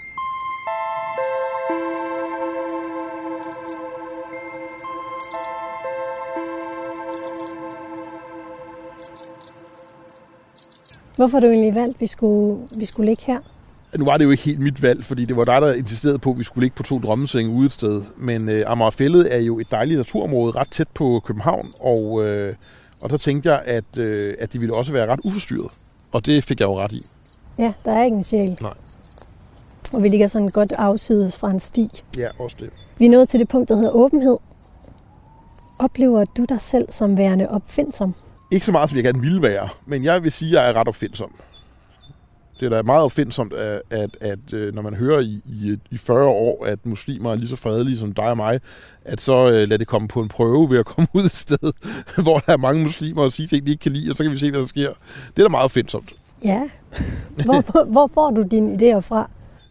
Hvorfor har du egentlig valgt, at vi skulle, vi skulle ligge her? Nu var det jo ikke helt mit valg, fordi det var dig, der insisterede på, at vi skulle ligge på to drømmesenge ude et sted. Men øh, Amagerfælled er jo et dejligt naturområde ret tæt på København, og, øh, og der tænkte jeg, at, øh, at det ville også være ret uforstyrret. Og det fik jeg jo ret i. Ja, der er ikke en sjæl. Nej. Og vi ligger sådan godt afsides fra en sti. Ja, også det. Vi er nået til det punkt, der hedder åbenhed. Oplever du dig selv som værende opfindsom? Ikke så meget, som jeg gerne ville være, men jeg vil sige, at jeg er ret opfindsom. Det er da meget opfindsomt, at, at, at når man hører i, i, i fyrre år, at muslimer er lige så fredelige som dig og mig, at så uh, lad det komme på en prøve ved at komme ud et sted, hvor der er mange muslimer og sige ting, de ikke kan lide, og så kan vi se, hvad der sker. Det er da meget opfindsomt. Ja. Hvor, hvor får du dine idéer fra?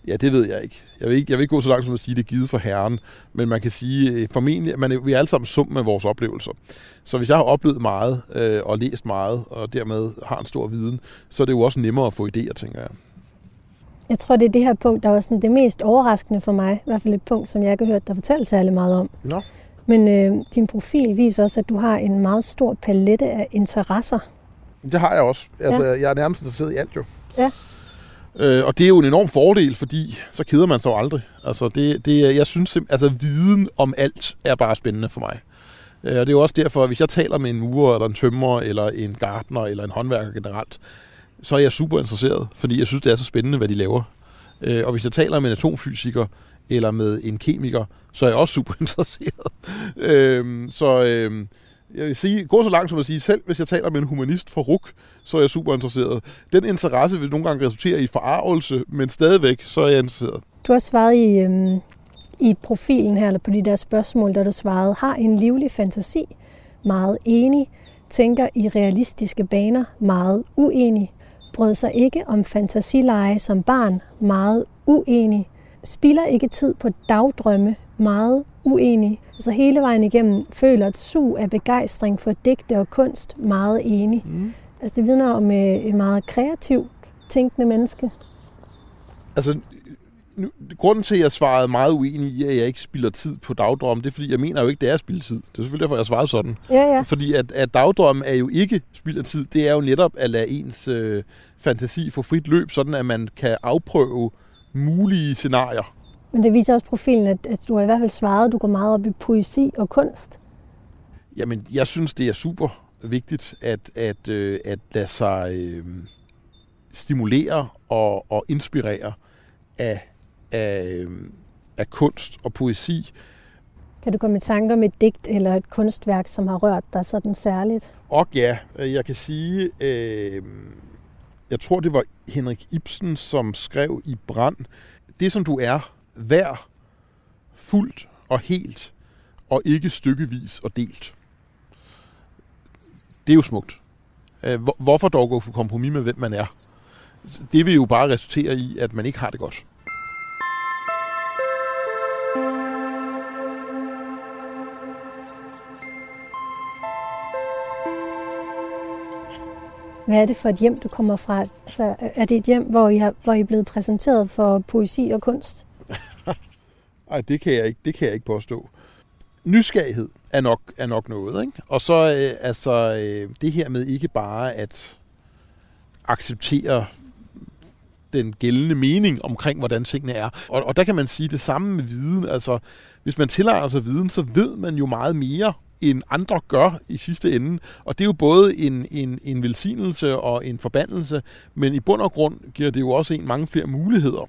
Ja, det ved jeg ikke. Jeg vil ikke, jeg vil ikke gå så langt som at sige, at det er givet for Herren, men man kan sige, formentlig, at man er, vi er alle sammen sum med vores oplevelser. Så hvis jeg har oplevet meget øh, og læst meget, og dermed har en stor viden, så er det jo også nemmere at få idéer, tænker jeg. Jeg tror, det er det her punkt, der var sådan det mest overraskende for mig. I hvert fald et punkt, som jeg ikke har hørt dig fortælle særlig meget om. Nå. Men øh, din profil viser også, at du har en meget stor palette af interesser. Det har jeg også. Altså, ja. Jeg er nærmest interesseret i alt jo. Ja. Øh, og det er jo en enorm fordel, fordi så keder man sig aldrig. Altså, det, det, jeg synes altså, viden om alt er bare spændende for mig. Øh, og det er jo også derfor, at hvis jeg taler med en murer, eller en tømrer, eller en gartner, eller en håndværker generelt, så er jeg super interesseret, fordi jeg synes, det er så spændende, hvad de laver. Øh, og hvis jeg taler med en atomfysiker, eller med en kemiker, så er jeg også super interesseret. øh, så øh, jeg vil sige, gå så langt som at sige, selv hvis jeg taler med en humanist fra R U C, så er jeg super interesseret. Den interesse vil nogle gange resultere i forarvelse, men stadigvæk, så er jeg interesseret. Du har svaret i, øhm, i profilen her, eller på de der spørgsmål, der du svarede, har en livlig fantasi, meget enig, tænker i realistiske baner, meget uenig, brød sig ikke om fantasileje som barn, meget uenig, spilder ikke tid på dagdrømme, meget uenig. Altså hele vejen igennem føler et sug af begejstring for digte og kunst, meget enig. Mm. Altså det vidner om et meget kreativt, tænkende menneske. Altså, nu, grunden til, at jeg svarede meget uenig i, at jeg ikke spilder tid på dagdrømme, det er, fordi jeg mener jo ikke, det er spildtid. Det er selvfølgelig derfor, jeg svarede sådan. Ja, ja. Fordi at, at dagdrømme er jo ikke spild af tid. Det er jo netop at lade ens øh, fantasi få frit løb, sådan at man kan afprøve mulige scenarier. Men det viser også profilen, at, at du har i hvert fald svaret, at du går meget op i poesi og kunst. Jamen, jeg synes, det er super vigtigt at, at, øh, at lade sig øh, stimulere og, og inspirere af, af, af kunst og poesi. Kan du komme i tanker om et digt eller et kunstværk, som har rørt dig sådan særligt? Og ja, jeg kan sige, øh, jeg tror, det var Henrik Ibsen, som skrev i Brand, det som du er, vær fuldt og helt, og ikke stykkevis og delt. Det er jo smukt. Hvorfor dog gå på kompromis med, hvem man er? Det vil jo bare resultere i, at man ikke har det godt. Hvad er det for et hjem, du kommer fra? Så er det et hjem, hvor I, har, hvor I er blevet præsenteret for poesi og kunst? Nej, det kan jeg ikke, det kan jeg ikke påstå. Nysgerrighed er nok, er nok noget, ikke? Og så øh, altså, øh, det her med ikke bare at acceptere den gældende mening omkring, hvordan tingene er. Og, og der kan man sige det samme med viden. Altså, hvis man tilegner sig viden, så ved man jo meget mere, end andre gør i sidste ende. Og det er jo både en, en, en velsignelse og en forbandelse, men i bund og grund giver det jo også en mange flere muligheder.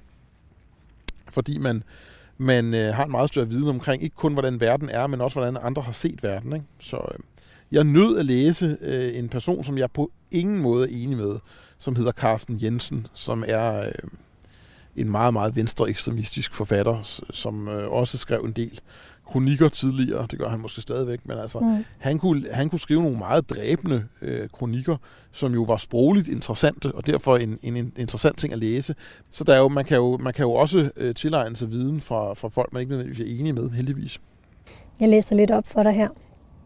Fordi man, man øh, har en meget større viden omkring, ikke kun hvordan verden er, men også hvordan andre har set verden. Ikke? Så øh, jeg er nødt at læse øh, en person, som jeg på ingen måde er enig med, som hedder Carsten Jensen, som er øh, en meget, meget venstreekstremistisk forfatter, som øh, også skrev en del kronikker tidligere, det gør han måske stadigvæk, men altså, mm. han, kunne, han kunne skrive nogle meget dræbende øh, kronikker, som jo var sprogligt interessante, og derfor en, en, en interessant ting at læse. Så der er jo, man, kan jo, man kan jo også øh, tilegne sig viden fra, fra folk, man ikke nødvendigvis er enige med, heldigvis. Jeg læser lidt op for dig her.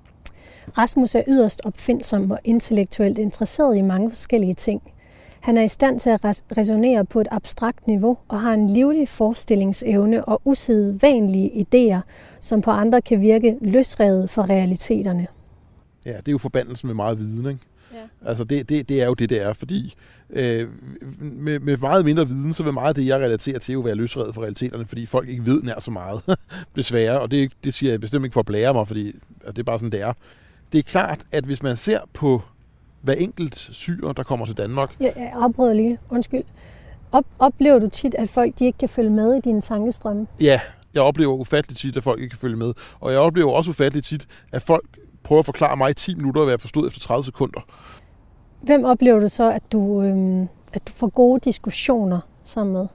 Rasmus er yderst opfindsom og intellektuelt interesseret i mange forskellige ting. Han er i stand til at resonere på et abstrakt niveau og har en livlig forestillingsevne og usædvanlige idéer, som på andre kan virke løsrevet fra realiteterne. Ja, det er jo forbandelsen med meget viden, ikke? Ja. Altså det, det, det er jo det, det er, fordi øh, med, med meget mindre viden, så vil meget af det, jeg relaterer til, jo være løsrevet fra realiteterne, fordi folk ikke ved nær så meget, desværre. Og det, det siger jeg bestemt ikke for at blære mig, fordi det er bare sådan, det er. Det er klart, at hvis man ser på hver enkelt syrer, der kommer til Danmark. Ja, jeg afbryder lige. Undskyld. Op, oplever du tit, at folk de ikke kan følge med i dine tankestrømme? Ja, jeg oplever ufatteligt tit, at folk ikke kan følge med. Og jeg oplever også ufatteligt tit, at folk prøver at forklare mig i ti minutter, hvad jeg forstod efter tredive sekunder. Hvem oplever du så, at du, øhm, at du får gode diskussioner sammen med?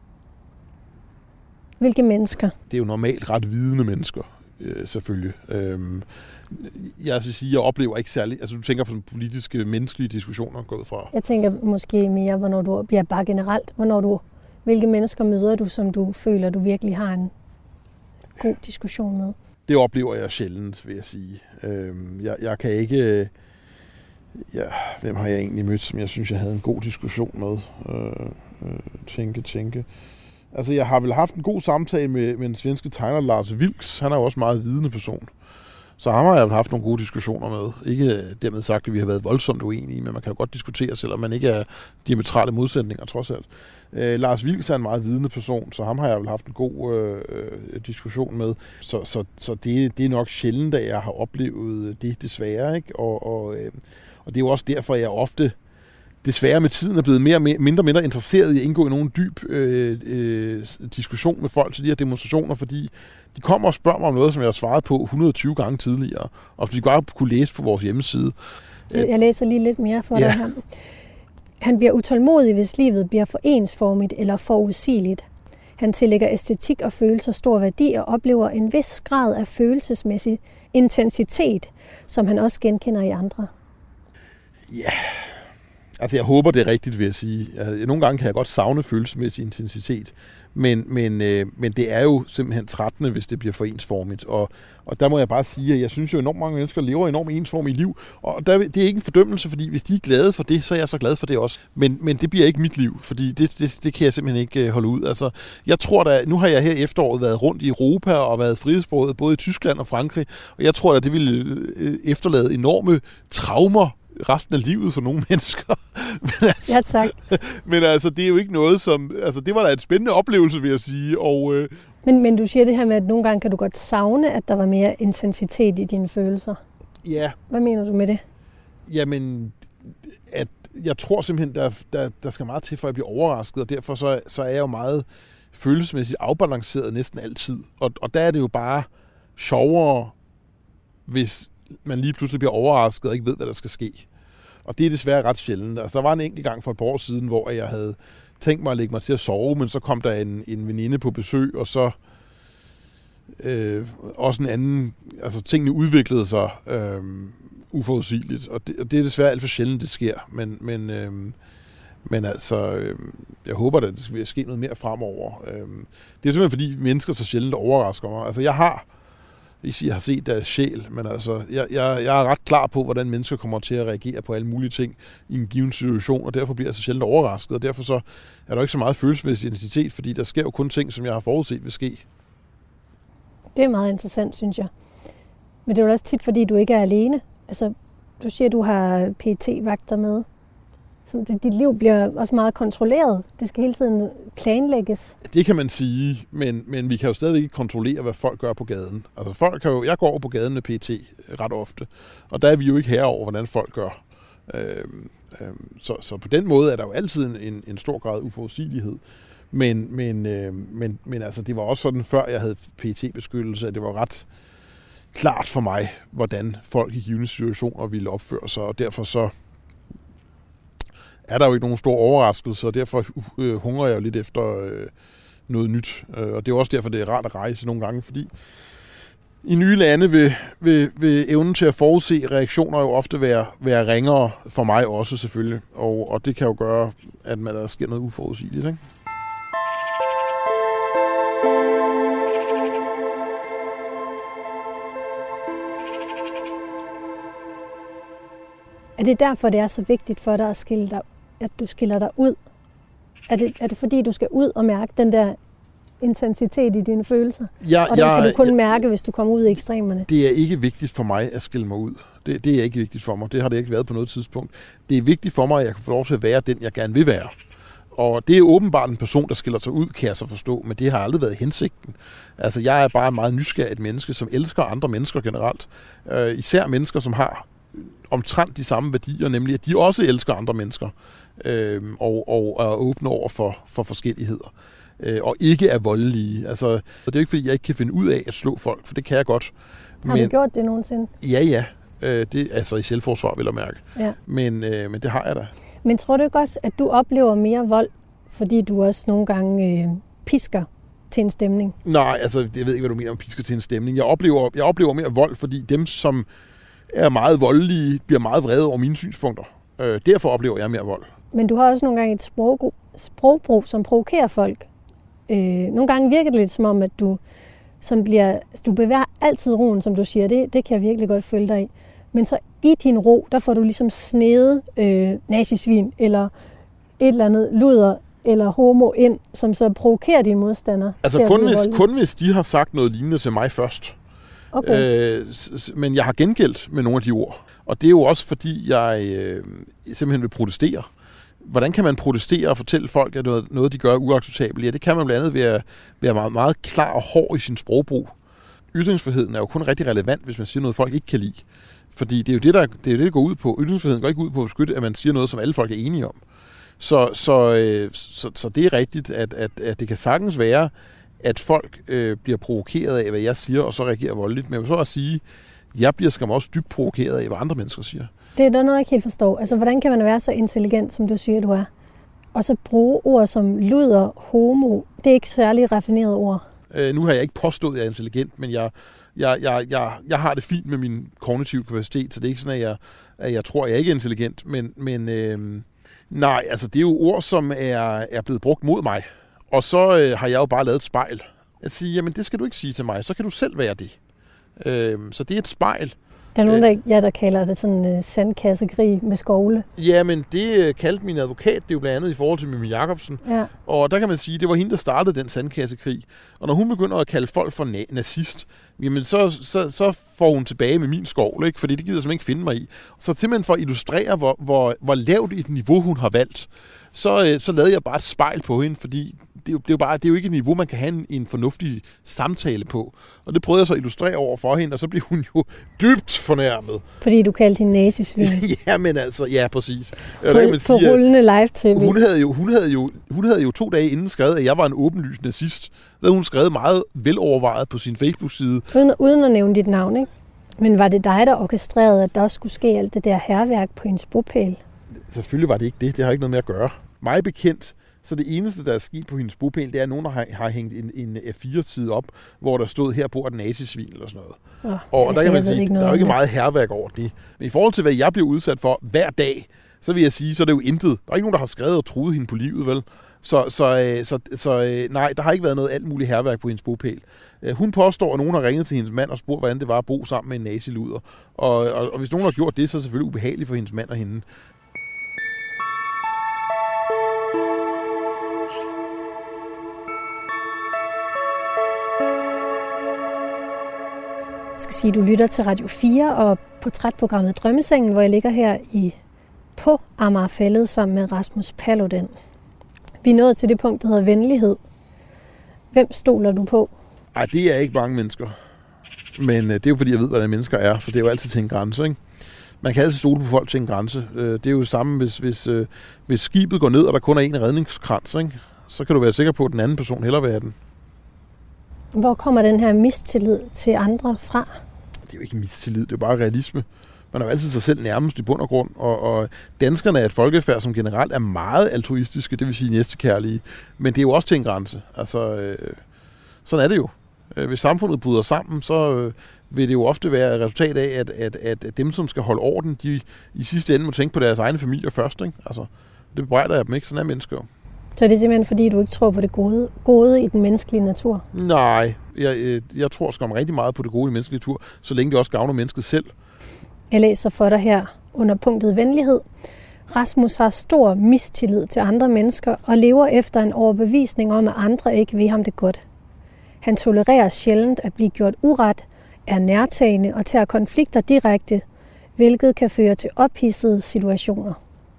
Hvilke mennesker? Det er jo normalt ret vidende mennesker, øh, selvfølgelig. Øhm, Jeg vil sige, jeg oplever ikke særligt, altså du tænker på sådan politiske, menneskelige diskussioner gået fra. Jeg tænker måske mere, hvornår du, ja, bare generelt, hvornår du Hvilke mennesker møder du, som du føler, du virkelig har en god diskussion med? Det oplever jeg sjældent, vil jeg sige. Øhm, jeg, jeg kan ikke... Ja, hvem har jeg egentlig mødt, som jeg synes, jeg havde en god diskussion med? Øh, øh, tænke, tænke. Altså, jeg har vel haft en god samtale med, med den svenske tegner Lars Vilks. Han er jo også en meget vidende person. Så ham har jeg haft nogle gode diskussioner med. Ikke dermed sagt, at vi har været voldsomt uenige, men man kan jo godt diskutere, selvom man ikke er diametrale modsætninger, trods alt. Øh, Lars Vilks er en meget vidende person, så ham har jeg vel haft en god øh, diskussion med. Så, så, så det, det er nok sjældent, at jeg har oplevet det desværre, ikke? Og, og, øh, og det er jo også derfor, at jeg ofte desværre med tiden er blevet mere, mindre og mindre interesseret i at indgå i nogen dyb øh, øh, diskussion med folk til de her demonstrationer, fordi de kommer og spørger mig om noget, som jeg har svaret på et hundrede og tyve gange tidligere, og de bare kunne læse på vores hjemmeside. Jeg læser lige lidt mere for ja. dig her. Han bliver utålmodig, hvis livet bliver for ensformigt eller forudsigeligt. Han tillægger æstetik og følelser stor værdi og oplever en vis grad af følelsesmæssig intensitet, som han også genkender i andre. Ja, altså jeg håber, det er rigtigt, vil jeg sige. Altså, nogle gange kan jeg godt savne følelsesmæssig intensitet, men, men, øh, men det er jo simpelthen trættende, hvis det bliver for ensformigt. Og, og der må jeg bare sige, at jeg synes jo, enormt mange mennesker lever enormt ensformigt liv, og der, det er ikke en fordømmelse, fordi hvis de er glade for det, så er jeg så glad for det også. Men, men det bliver ikke mit liv, fordi det, det, det kan jeg simpelthen ikke holde ud. Altså, jeg tror da, nu har jeg her efteråret været rundt i Europa og været frihedsbruget både i Tyskland og Frankrig, og jeg tror da, det ville efterlade enorme traumer resten af livet for nogle mennesker. Men altså, ja, tak. Men altså, det er jo ikke noget, som... Altså, det var da en spændende oplevelse, vil jeg sige. Og, øh, men, men du siger det her med, at nogle gange kan du godt savne, at der var mere intensitet i dine følelser. Ja. Hvad mener du med det? Jamen, at jeg tror simpelthen, der, der, der skal meget til, for at jeg bliver overrasket, og derfor så, så er jeg jo meget følelsesmæssigt afbalanceret næsten altid. Og, og der er det jo bare sjovere, hvis man lige pludselig bliver overrasket og ikke ved, hvad der skal ske. Og det er desværre ret sjældent. Altså, der var en enkelt gang for et par år siden, hvor jeg havde tænkt mig at lægge mig til at sove, men så kom der en, en veninde på besøg, og så øh, også en anden... Altså, tingene udviklede sig øh, uforudsigeligt, og det, og det er desværre alt for sjældent, det sker. Men, men, øh, men altså, øh, jeg håber, at det skal ske noget mere fremover. Øh, det er simpelthen, fordi mennesker så sjældent overrasker mig. Altså, jeg har... Ikke sige, jeg har set deres sjæl, men altså, jeg, jeg, jeg er ret klar på, hvordan mennesker kommer til at reagere på alle mulige ting i en given situation, og derfor bliver jeg så sjældent overrasket, og derfor så er der ikke så meget følelsesmæssig identitet, fordi der sker jo kun ting, som jeg har forudset vil ske. Det er meget interessant, synes jeg. Men det er jo også tit, fordi du ikke er alene. Altså, du siger, at du har P E T-vagter med. Så dit liv bliver også meget kontrolleret. Det skal hele tiden planlægges. Det kan man sige, men, men vi kan jo stadig ikke kontrollere, hvad folk gør på gaden. Altså folk kan jo, jeg går over på gaden med P E T ret ofte, og der er vi jo ikke herover, hvordan folk gør. Øhm, øhm, så, så på den måde er der jo altid en, en stor grad uforudsigelighed. Men, men, øh, men, men altså, det var også sådan, før jeg havde P E T-beskyttelse, at det var ret klart for mig, hvordan folk i givne situationer ville opføre sig, og derfor så er der jo ikke nogen stor overraskelse, og derfor øh, hungrer jeg jo lidt efter øh, noget nyt. Øh, og det er også derfor, det er rart at rejse nogle gange, fordi i nye lande vil, vil, vil evnen til at forudse reaktioner jo ofte være, være ringere for mig også selvfølgelig, og, og det kan jo gøre, at man, der sker noget uforudsigeligt, ikke? Er det derfor, det er så vigtigt for dig at skille dig, at du skiller dig ud? Er det, er det fordi, du skal ud og mærke den der intensitet i dine følelser? Ja, og den jeg, kan du kun jeg, mærke, hvis du kommer ud i ekstremerne? Det er ikke vigtigt for mig at skille mig ud. Det, det er ikke vigtigt for mig. Det har det ikke været på noget tidspunkt. Det er vigtigt for mig, at jeg kan få lov til at være den, jeg gerne vil være. Og det er åbenbart en person, der skiller sig ud, kan jeg så forstå, men det har aldrig været hensigten. Altså, jeg er bare meget nysgerrig et menneske, som elsker andre mennesker generelt. Øh, især mennesker, som har omtrent de samme værdier, nemlig at de også elsker andre mennesker, øh, og, og er åbne over for, for forskelligheder, øh, og ikke er voldelige. Altså, det er jo ikke, fordi jeg ikke kan finde ud af at slå folk, for det kan jeg godt. Har men, du gjort det nogensinde? Ja, ja. Øh, det, altså i selvforsvar, vil jeg mærke. Ja. Men, øh, men det har jeg da. Men tror du ikke også, at du oplever mere vold, fordi du også nogle gange øh, pisker til en stemning? Nej, altså, jeg ved ikke, hvad du mener om pisker til en stemning. Jeg oplever, jeg oplever mere vold, fordi dem, som er meget voldelige, bliver meget vrede over mine synspunkter. Øh, derfor oplever jeg mere vold. Men du har også nogle gange et sprog, sprogbrug, som provokerer folk. Øh, nogle gange virker det lidt som om, at du, som bliver, du bevæger altid roen, som du siger. Det, det kan jeg virkelig godt følge dig i. Men så i din ro, der får du ligesom snedet øh, nazisvin, eller et eller andet luder, eller homo ind, som så provokerer dine modstandere. Altså kun hvis, kun hvis de har sagt noget lignende til mig først. Okay. Øh, men jeg har gengældt med nogle af de ord. Og det er jo også fordi, jeg øh, simpelthen vil protestere. Hvordan kan man protestere og fortælle folk, at noget, noget de gør er uacceptabelt? Ja, det kan man blandt andet ved at være meget, meget klar og hård i sin sprogbrug. Ytringsfriheden er jo kun rigtig relevant, hvis man siger noget, folk ikke kan lide. Fordi det er jo det, der, det er jo det, der går ud på. Ytringsfriheden går ikke ud på at beskytte, at man siger noget, som alle folk er enige om. Så, så, øh, så, så det er rigtigt, at, at, at det kan sagtens være, at folk øh, bliver provokeret af, hvad jeg siger, og så reagerer voldeligt. Men jeg vil så også sige, at jeg bliver skam også dybt provokeret af, hvad andre mennesker siger. Det er der noget, jeg ikke helt forstår. Altså, hvordan kan man være så intelligent, som du siger, du er? Og så bruge ord som luder, homo. Det er ikke særlig raffinerede ord. Øh, nu har jeg ikke påstået, at jeg er intelligent, men jeg, jeg, jeg, jeg, jeg har det fint med min kognitive kapacitet, så det er ikke sådan, at jeg, at jeg tror, at jeg ikke er intelligent. Men, men øh, nej, altså det er jo ord, som er, er blevet brugt mod mig. Og så øh, har jeg jo bare lavet et spejl. At sige, jamen det skal du ikke sige til mig, så kan du selv være det. Øh, så det er et spejl. Der er nogen, der, ja, der kalder det sådan en uh, sandkassekrig med skovle. Ja, men det uh, kaldte min advokat, det er jo blandt andet i forhold til Mimi Jacobsen. Ja. Og der kan man sige, at det var hende, der startede den sandkassekrig. Og når hun begynder at kalde folk for na- nazist, jamen så, så, så får hun tilbage med min skovle, ikke? Fordi det gider jeg simpelthen ikke finde mig i. Så simpelthen for at illustrere, hvor, hvor, hvor lavt et niveau hun har valgt, så, uh, så lavede jeg bare et spejl på hende, fordi det er, jo, det, er jo bare, det er jo ikke et niveau, man kan have en, en fornuftig samtale på. Og det prøvede jeg så at illustrere over for hende, og så blev hun jo dybt fornærmet. Fordi du kaldte hende nazisvin. Ja, men altså, ja, præcis. På, man på sige, rullende live-tv. Hun havde, jo, hun, havde jo, hun havde jo to dage inden skrevet, at jeg var en åbenlys nazist. Det havde hun skrevet meget velovervejet på sin Facebook-side. Uden, uden at nævne dit navn, ikke? Men var det dig, der orkestrerede, at der også skulle ske alt det der hærværk på hendes bopæl? Selvfølgelig var det ikke det. Det har ikke noget med at gøre. Mig bekendt, så det eneste, der er sket på hendes bopæl, det er, at nogen har, har hængt en, en F fire-side op, hvor der stod, her bor et nazisvin eller sådan noget. Oh, og der kan man sige, der er jo ikke meget hærværk over det. Men i forhold til, hvad jeg bliver udsat for hver dag, så vil jeg sige, så er det jo intet. Der er ikke nogen, der har skrevet og truet hende på livet, vel? Så, så, så, så nej, der har ikke været noget alt muligt hærværk på hendes bopæl. Hun påstår, at nogen har ringet til hendes mand og spurgt, hvordan det var at bo sammen med en naziluder. Og, og, og hvis nogen har gjort det, så er det selvfølgelig ubehageligt for hendes mand og hende. Jeg skal sige, at du lytter til Radio fire og portrætprogrammet Drømmesengen, hvor jeg ligger her i på Amagerfælled sammen med Rasmus Paludan. Vi er nået til det punkt, der hedder venlighed. Hvem stoler du på? Ej, det er ikke mange mennesker. Men øh, det er jo fordi, jeg ved, hvordan mennesker er, så det er jo altid til en grænse, ikke? Man kan altid stole på folk til en grænse. Øh, det er jo det samme, hvis, hvis, øh, hvis skibet går ned, og der kun er en redningskrans, ikke? Så kan du være sikker på, at den anden person hellere vil have den. Hvor kommer den her mistillid til andre fra? Det er jo ikke mistillid, det er jo bare realisme. Man er jo altid sig selv nærmest i bund og grund, og, og danskerne er et folkefærd, som generelt er meget altruistiske, det vil sige næstekærlige, men det er jo også til en grænse. Altså, øh, sådan er det jo. Hvis samfundet bryder sammen, så øh, vil det jo ofte være et resultat af, at, at, at dem, som skal holde orden, de i sidste ende må tænke på deres egne familier først, ikke? Altså, det bebrejder jeg dem ikke, sådan er mennesker jo. Så er det simpelthen fordi, du ikke tror på det gode, gode i den menneskelige natur? Nej, jeg, jeg tror skam rigtig meget på det gode i den menneskelige natur, så længe det også gavner mennesket selv. Jeg læser for dig her under punktet venlighed. Rasmus har stor mistillid til andre mennesker og lever efter en overbevisning om, at andre ikke vil ham det godt. Han tolererer sjældent at blive gjort uret, er nærtagende og tager konflikter direkte, hvilket kan føre til ophidsede situationer.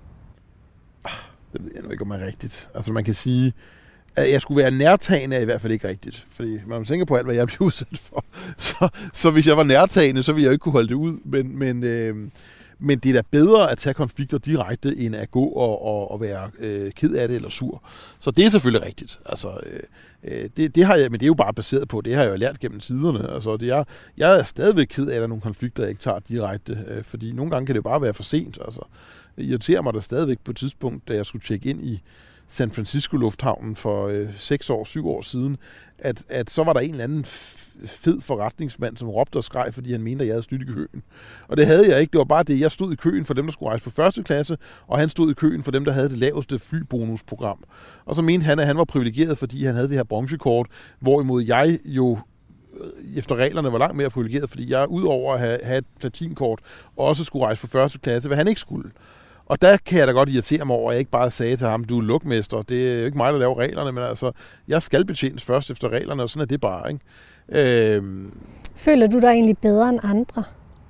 Det ved jeg nu ikke, om det er rigtigt. Altså man kan sige, at jeg skulle være nærtagende er i hvert fald ikke rigtigt. Fordi man tænker på alt, hvad jeg bliver udsat for. Så, så hvis jeg var nærtagende, så ville jeg jo ikke kunne holde det ud. Men, men, øh, men det er da bedre at tage konflikter direkte, end at gå og, og, og være øh, ked af det eller sur. Så det er selvfølgelig rigtigt. Altså, øh, det, det har jeg, men det er jo bare baseret på, det har jeg jo lært gennem tiderne. Altså, det er, jeg er stadigvæk ked af, at der er nogle konflikter, jeg ikke tager direkte. Øh, fordi nogle gange kan det jo bare være for sent. Altså, det irriterer mig da stadigvæk på et tidspunkt, da jeg skulle tjekke ind i San Francisco Lufthavnen for øh, seks år, syv år siden, at, at så var der en eller anden fed forretningsmand, som råbte og skreg, fordi han mente, at jeg havde snydt i køen. Og det havde jeg ikke. Det var bare det, jeg stod i køen for dem, der skulle rejse på første klasse, og han stod i køen for dem, der havde det laveste flybonusprogram. Og så mente han, at han var privilegeret, fordi han havde det her bronzekort, hvorimod jeg jo efter reglerne var langt mere privilegeret, fordi jeg udover at have, have et platinkort, også skulle rejse på første klasse, hvad han ikke skulle. Og der kan jeg da godt irritere mig over, at jeg ikke bare sagde til ham, du er lukmester, det er jo ikke mig, der laver reglerne, men altså, jeg skal betjenes først efter reglerne, og sådan er det bare, ikke? Øhm, Føler du dig egentlig bedre end andre?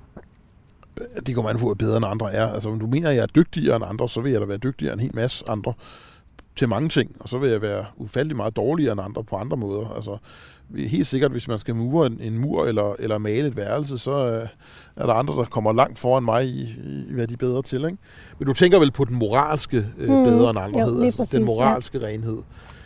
Det kommer an på, at bedre end andre er. Altså, om du mener, at jeg er dygtigere end andre, så vil jeg da være dygtigere end en hel masse andre til mange ting, og så vil jeg være ufattelig meget dårligere end andre på andre måder. Altså, helt sikkert, hvis man skal mure en, en mur eller, eller male et værelse, så øh, er der andre, der kommer langt foran mig i, i hvad de er bedre til. Ikke? Men du tænker vel på den moralske øh, mm, bedre end andre, jo, altså, præcis, den moralske ja. renhed.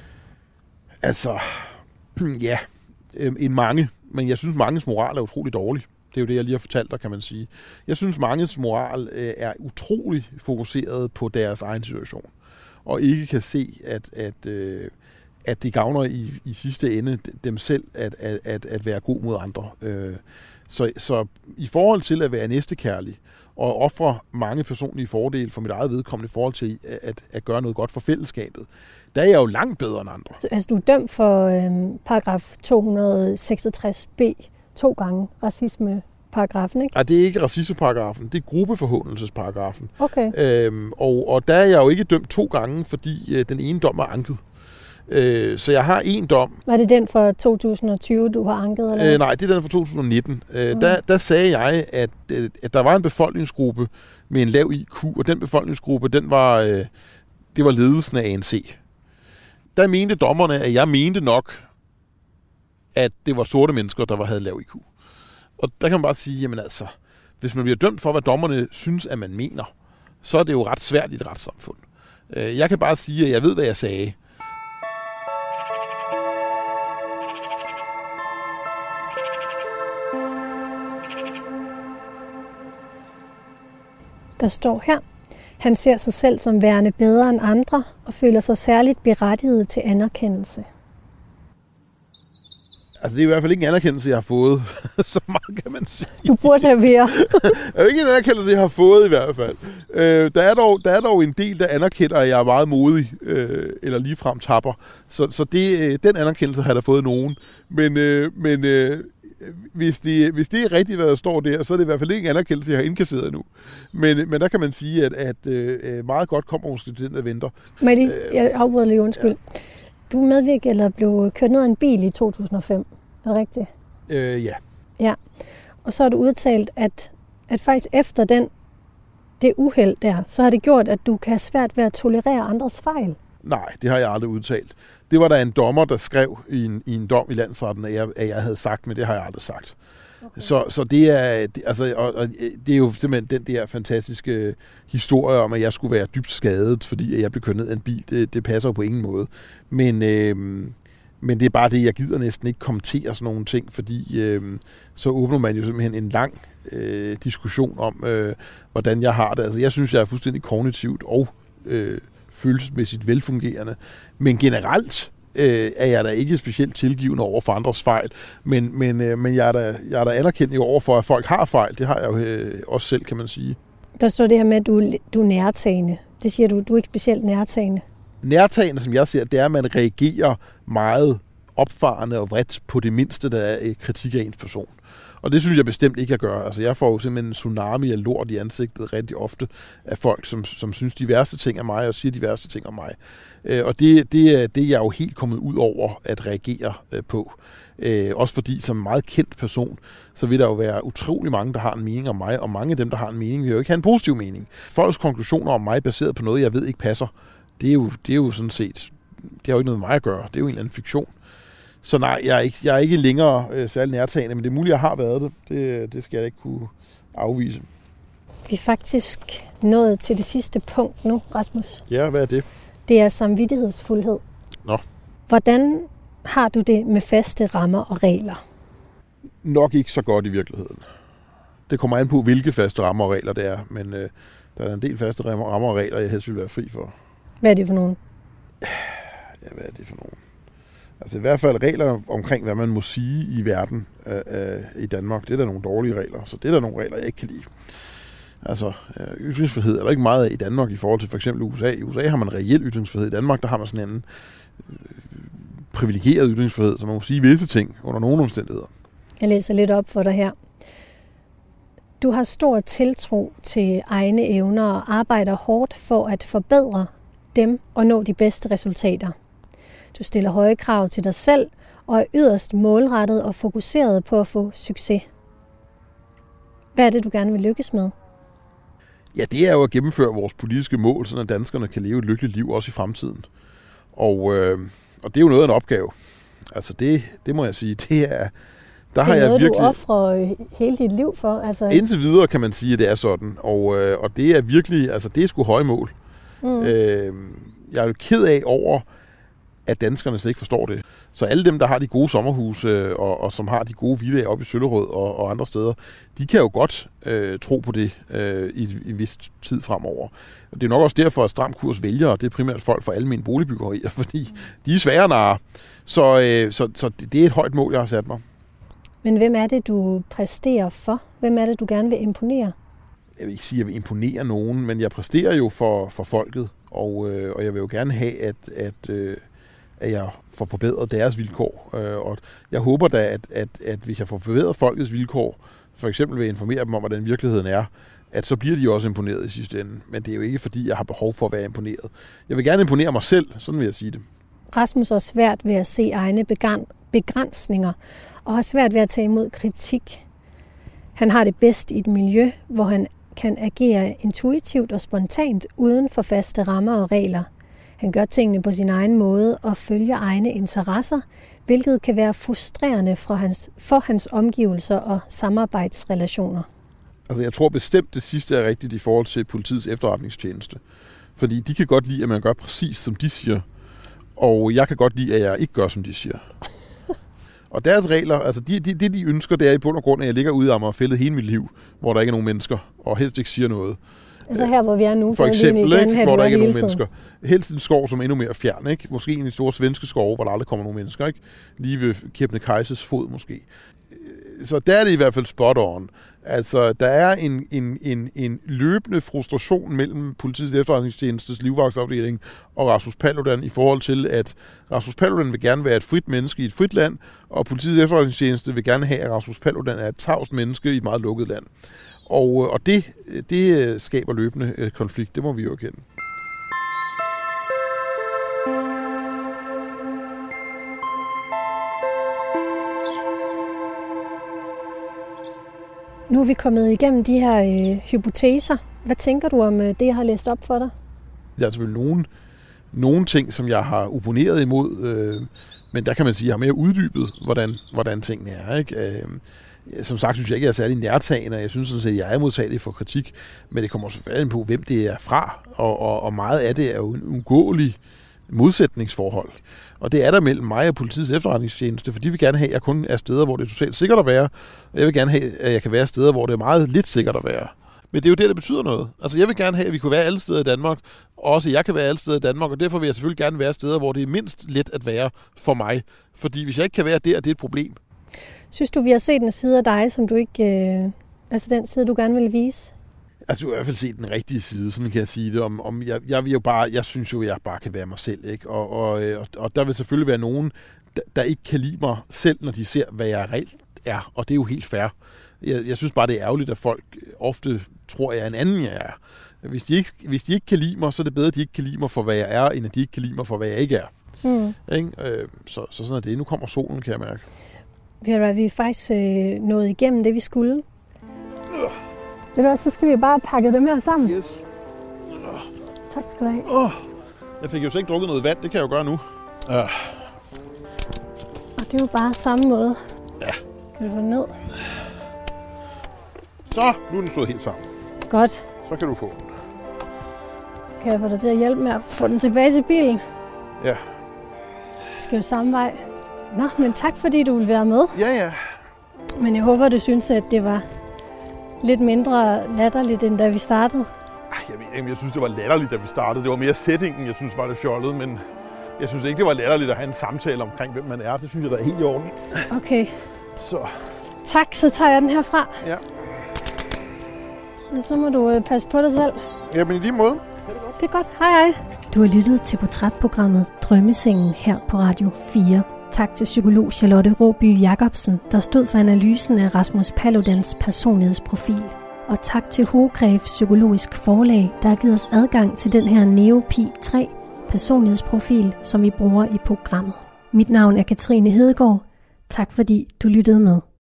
Altså, ja, øh, en mange, men jeg synes, manges moral er utrolig dårlig. Det er jo det, jeg lige har fortalt dig, kan man sige. Jeg synes, manges moral øh, er utrolig fokuseret på deres egen situation, og ikke kan se, at, at, øh, at det gavner i, i sidste ende dem selv at, at, at, at være god mod andre. Øh, så, så i forhold til at være næstekærlig og ofre mange personlige fordele for mit eget vedkommende i forhold til at, at gøre noget godt for fællesskabet, der er jeg jo langt bedre end andre. Altså, du er dømt for øh, paragraf to hundrede seksogtres b to gange, racismeparagrafen, ikke? Nej, det er ikke racismeparagrafen, det er gruppeforhåndelsesparagrafen. Okay. Øhm, og, og der er jeg jo ikke dømt to gange, fordi øh, den ene dom er anket. Øh, så jeg har en dom. Var det den for to tusind og tyve, du har anket? Eller? Øh, nej, det er den for to tusind og nitten. Øh, mm. der, der sagde jeg, at, at der var en befolkningsgruppe med en lav I Q, og den befolkningsgruppe, den var, øh, det var ledelsen af A N C. Der mente dommerne, at jeg mente nok, at det var sorte mennesker, der havde lav I Q. Og der kan man bare sige, jamen altså, hvis man bliver dømt for, hvad dommerne synes, at man mener, så er det jo ret svært i et retssamfund. Jeg kan bare sige, at jeg ved, hvad jeg sagde. Der står her, han ser sig selv som værende bedre end andre, og føler sig særligt berettiget til anerkendelse. Altså, det er i hvert fald ikke en anerkendelse, jeg har fået. Så meget kan man sige. Du burde have mere. Det er jo ikke en anerkendelse, jeg har fået i hvert fald. Øh, der, er dog, der er dog en del, der anerkender, at jeg er meget modig, øh, eller ligefrem tapper. Så, så det, øh, den anerkendelse har jeg da fået nogen. Men, øh, men øh, hvis, det, hvis det er rigtigt, hvad der står der, så er det i hvert fald ikke en anerkendelse, jeg har indkasseret endnu. Men, men der kan man sige, at, at øh, meget godt kommer måske til den, der venter. Men lige, jeg afbryder lige, undskyld. Ja. Du medvirkede eller blev kørt ned af en bil i to tusind og fem. Er det rigtigt? Øh, ja. Ja. Og så har du udtalt, at, at faktisk efter den, det uheld der, så har det gjort, at du kan have svært ved at tolerere andres fejl. Nej, det har jeg aldrig udtalt. Det var der en dommer, der skrev i en, i en dom i landsretten, at jeg, at jeg havde sagt, men det har jeg aldrig sagt. Okay. Så, så det er det, altså, og, og det er jo simpelthen den der fantastiske historie om, at jeg skulle være dybt skadet, fordi jeg blev kørt ned af en bil. Det, det passer jo på ingen måde. Men, øh, men det er bare det, jeg gider næsten ikke kommentere sådan nogle ting, fordi øh, så åbner man jo simpelthen en lang øh, diskussion om, øh, hvordan jeg har det. Altså, jeg synes, jeg er fuldstændig kognitivt og øh, følelsesmæssigt velfungerende. Men generelt øh, er jeg da ikke specielt tilgivende over for andres fejl, men, men, øh, men jeg, er da, jeg er da anerkendt over for, at folk har fejl. Det har jeg jo øh, også selv, kan man sige. Der står det her med, at du, du er nærtagende. Det siger du, du er ikke specielt nærtagende. Nærtagende, som jeg siger, det er, at man reagerer meget opfarende og vredt på det mindste, der er kritik af ens person. Og det synes jeg bestemt ikke at gøre. Altså, jeg får jo simpelthen en tsunami af lort i ansigtet rigtig ofte af folk, som, som synes de værste ting af mig og siger de værste ting om mig. Øh, og det, det, det er jeg jo helt kommet ud over at reagere øh, på. Øh, også fordi som en meget kendt person, så vil der jo være utrolig mange, der har en mening om mig, og mange af dem, der har en mening, vil jo ikke have en positiv mening. Folks konklusioner om mig, baseret på noget, jeg ved ikke passer, det er jo, det er jo sådan set, det har jo ikke noget med mig at gøre. Det er jo en eller anden fiktion. Så nej, jeg er ikke, jeg er ikke længere øh, særlig nærtagende, men det er muligt, at jeg har været det. det. Det skal jeg ikke kunne afvise. Vi er faktisk nået til det sidste punkt nu, Rasmus. Ja, hvad er det? Det er samvittighedsfuldhed. Nå. Hvordan har du det med faste rammer og regler? Nok ikke så godt i virkeligheden. Det kommer an på, hvilke faste rammer og regler det er, men øh, der er en del faste rammer og regler, jeg helst vil være fri for. Hvad er det for nogen? Ja, hvad er det for nogen? Altså i hvert fald regler omkring, hvad man må sige i verden øh, øh, i Danmark. Det er der nogle dårlige regler, så det er der nogle regler, jeg ikke kan lide. Altså, øh, ytringsfrihed er der ikke meget af i Danmark i forhold til for eksempel U S A. I U S A har man reel ytringsfrihed. I Danmark, der har man sådan en øh, privilegeret ytringsfrihed, så man må sige visse ting under nogle omstændigheder. Jeg læser lidt op for dig her. Du har stor tiltro til egne evner og arbejder hårdt for at forbedre dem og nå de bedste resultater. Du stiller høje krav til dig selv og er yderst målrettet og fokuseret på at få succes. Hvad er det, du gerne vil lykkes med? Ja, det er jo at gennemføre vores politiske mål, så danskerne kan leve et lykkeligt liv også i fremtiden. Og, øh, og det er jo noget af en opgave. Altså det, det må jeg sige, det er... Der det er har noget, jeg virkelig, du offrer hele dit liv for. Altså... Indtil videre kan man sige, at det er sådan. Og, øh, og det er virkelig, altså det er sgu høje mål. Mm. Øh, jeg er jo ked af over, at danskerne slet ikke forstår det. Så alle dem, der har de gode sommerhuse, og, og som har de gode villaer oppe i Søllerød og, og andre steder, de kan jo godt øh, tro på det øh, i, i en vis tid fremover. Og det er nok også derfor, at Stram Kurs vælger, det er primært folk fra almene boligbyggerier, fordi de er svære narre. Så, øh, så, så det er et højt mål, jeg har sat mig. Men hvem er det, du præsterer for? Hvem er det, du gerne vil imponere? Jeg vil ikke sige, at jeg vil imponere nogen, men jeg præsterer jo for, for folket, og, øh, og jeg vil jo gerne have, at, at, øh, at jeg får forbedret deres vilkår. Øh, og jeg håber da, at, at, at vi kan få forbedret folkets vilkår, for eksempel ved at informere dem om, hvordan virkeligheden er, at så bliver de jo også imponeret i sidste ende. Men det er jo ikke, fordi jeg har behov for at være imponeret. Jeg vil gerne imponere mig selv, sådan vil jeg sige det. Rasmus har svært ved at se egne begrænsninger, og har svært ved at tage imod kritik. Han har det bedst i et miljø, hvor han kan agere intuitivt og spontant uden for faste rammer og regler. Han gør tingene på sin egen måde og følger egne interesser, hvilket kan være frustrerende for hans, for hans omgivelser og samarbejdsrelationer. Altså jeg tror bestemt, det sidste er rigtigt i forhold til politiets efterretningstjeneste. Fordi de kan godt lide, at man gør præcis som de siger, og jeg kan godt lide, at jeg ikke gør, som de siger. Og deres regler, altså det de, de, de ønsker, det er i bund og grund, at jeg ligger ude af mig og fældet hele mit liv, hvor der ikke er nogen mennesker, og helst ikke siger noget. Altså her, hvor vi er nu, for eksempel, ikke, igen, hvor der ikke er nogen mennesker. Helst en skov, som er endnu mere fjern, ikke? Måske en af de store svenske skove, hvor der aldrig kommer nogen mennesker, ikke? Lige ved Kebnekaises fod måske. Så der er det i hvert fald spot on. Altså, der er en, en, en, en løbende frustration mellem politiets efterretningstjenestes livvagtsafdeling og Rasmus Paludan i forhold til, at Rasmus Paludan vil gerne være et frit menneske i et frit land, og politiets efterretningstjeneste vil gerne have, at Rasmus Paludan er et tavst menneske i et meget lukket land. Og, og det, det skaber løbende konflikt, det må vi jo erkende. Nu er vi kommet igennem de her øh, hypoteser. Hvad tænker du om øh, det, jeg har læst op for dig? Der er selvfølgelig nogle, nogle ting, som jeg har opponeret imod, øh, men der kan man sige, at jeg har mere uddybet, hvordan, hvordan tingene er. Ikke? Øh, som sagt synes jeg ikke, jeg er særlig nærtagende. Jeg synes sådan set, at jeg er modtagelig for kritik, men det kommer selvfølgelig på, hvem det er fra, og, og, og meget af det er jo en ugåelig modsætningsforhold. Og det er der mellem mig og politiets efterretningstjeneste, for de vil gerne have, at jeg kun er steder, hvor det er totalt sikkert at være, og jeg vil gerne have, at jeg kan være steder, hvor det er meget lidt sikkert at være. Men det er jo det, der betyder noget. Altså jeg vil gerne have, at vi kunne være alle steder i Danmark, og også jeg kan være alle steder i Danmark, og derfor vil jeg selvfølgelig gerne være steder, hvor det er mindst let at være for mig. Fordi hvis jeg ikke kan være der, det er et problem. Synes du, vi har set en side af dig, som du ikke... Øh, altså den side, du gerne vil vise? Altså, du har i hvert fald set den rigtige side, sådan kan jeg sige det. Om, om jeg, jeg, vil jo bare, jeg synes jo, at jeg bare kan være mig selv, ikke? Og, og, og, og der vil selvfølgelig være nogen, der, der ikke kan lide mig selv, når de ser, hvad jeg reelt er. Og det er jo helt fair. Jeg, jeg synes bare, det er ærgerligt, at folk ofte tror, at jeg er en anden, jeg er. Hvis de, ikke, hvis de ikke kan lide mig, så er det bedre, at de ikke kan lide mig for, hvad jeg er, end at de ikke kan lide mig for, hvad jeg ikke er. Mm. Ikke? Øh, så, så sådan er det. Nu kommer solen, kan jeg mærke. Vi er faktisk øh, nået igennem det, vi skulle. Øh. Ved du hvad, så skal vi bare pakke dem her sammen. Yes. Tak skal du have. Oh, jeg fik jo så ikke drukket noget vand, det kan jeg jo gøre nu. Uh. Og det er jo bare samme måde. Ja. Kan du få den ned? Så, nu er den stået helt sammen. Godt. Så kan du få den. Kan jeg få dig til at hjælpe med at få den tilbage til bilen? Ja. Vi skal jo samme vej. Nå, men tak fordi du ville være med. Ja, ja. Men jeg håber, du synes, at det var lidt mindre latterligt, end da vi startede. Jeg ved ikke, jeg synes, det var latterligt, da vi startede. Det var mere settingen, jeg synes var det fjollet, men Jeg synes ikke, det var latterligt at have en samtale omkring, hvem man er. Det synes jeg, der er helt i orden. Okay. Så. Tak, så tager jeg den herfra. Ja. Men så må du øh, passe på dig selv. Jamen i lige måde. Det er godt. Hej hej. Du har lyttet til portrætprogrammet Drømmesengen her på Radio fire. Tak til psykolog Charlotte Råby Jacobsen, der stod for analysen af Rasmus Paludans personlighedsprofil. Og tak til Hochgräf Psykologisk Forlag, der har givet os adgang til den her Neopi tre personlighedsprofil, som vi bruger i programmet. Mit navn er Katrine Hedegaard. Tak fordi du lyttede med.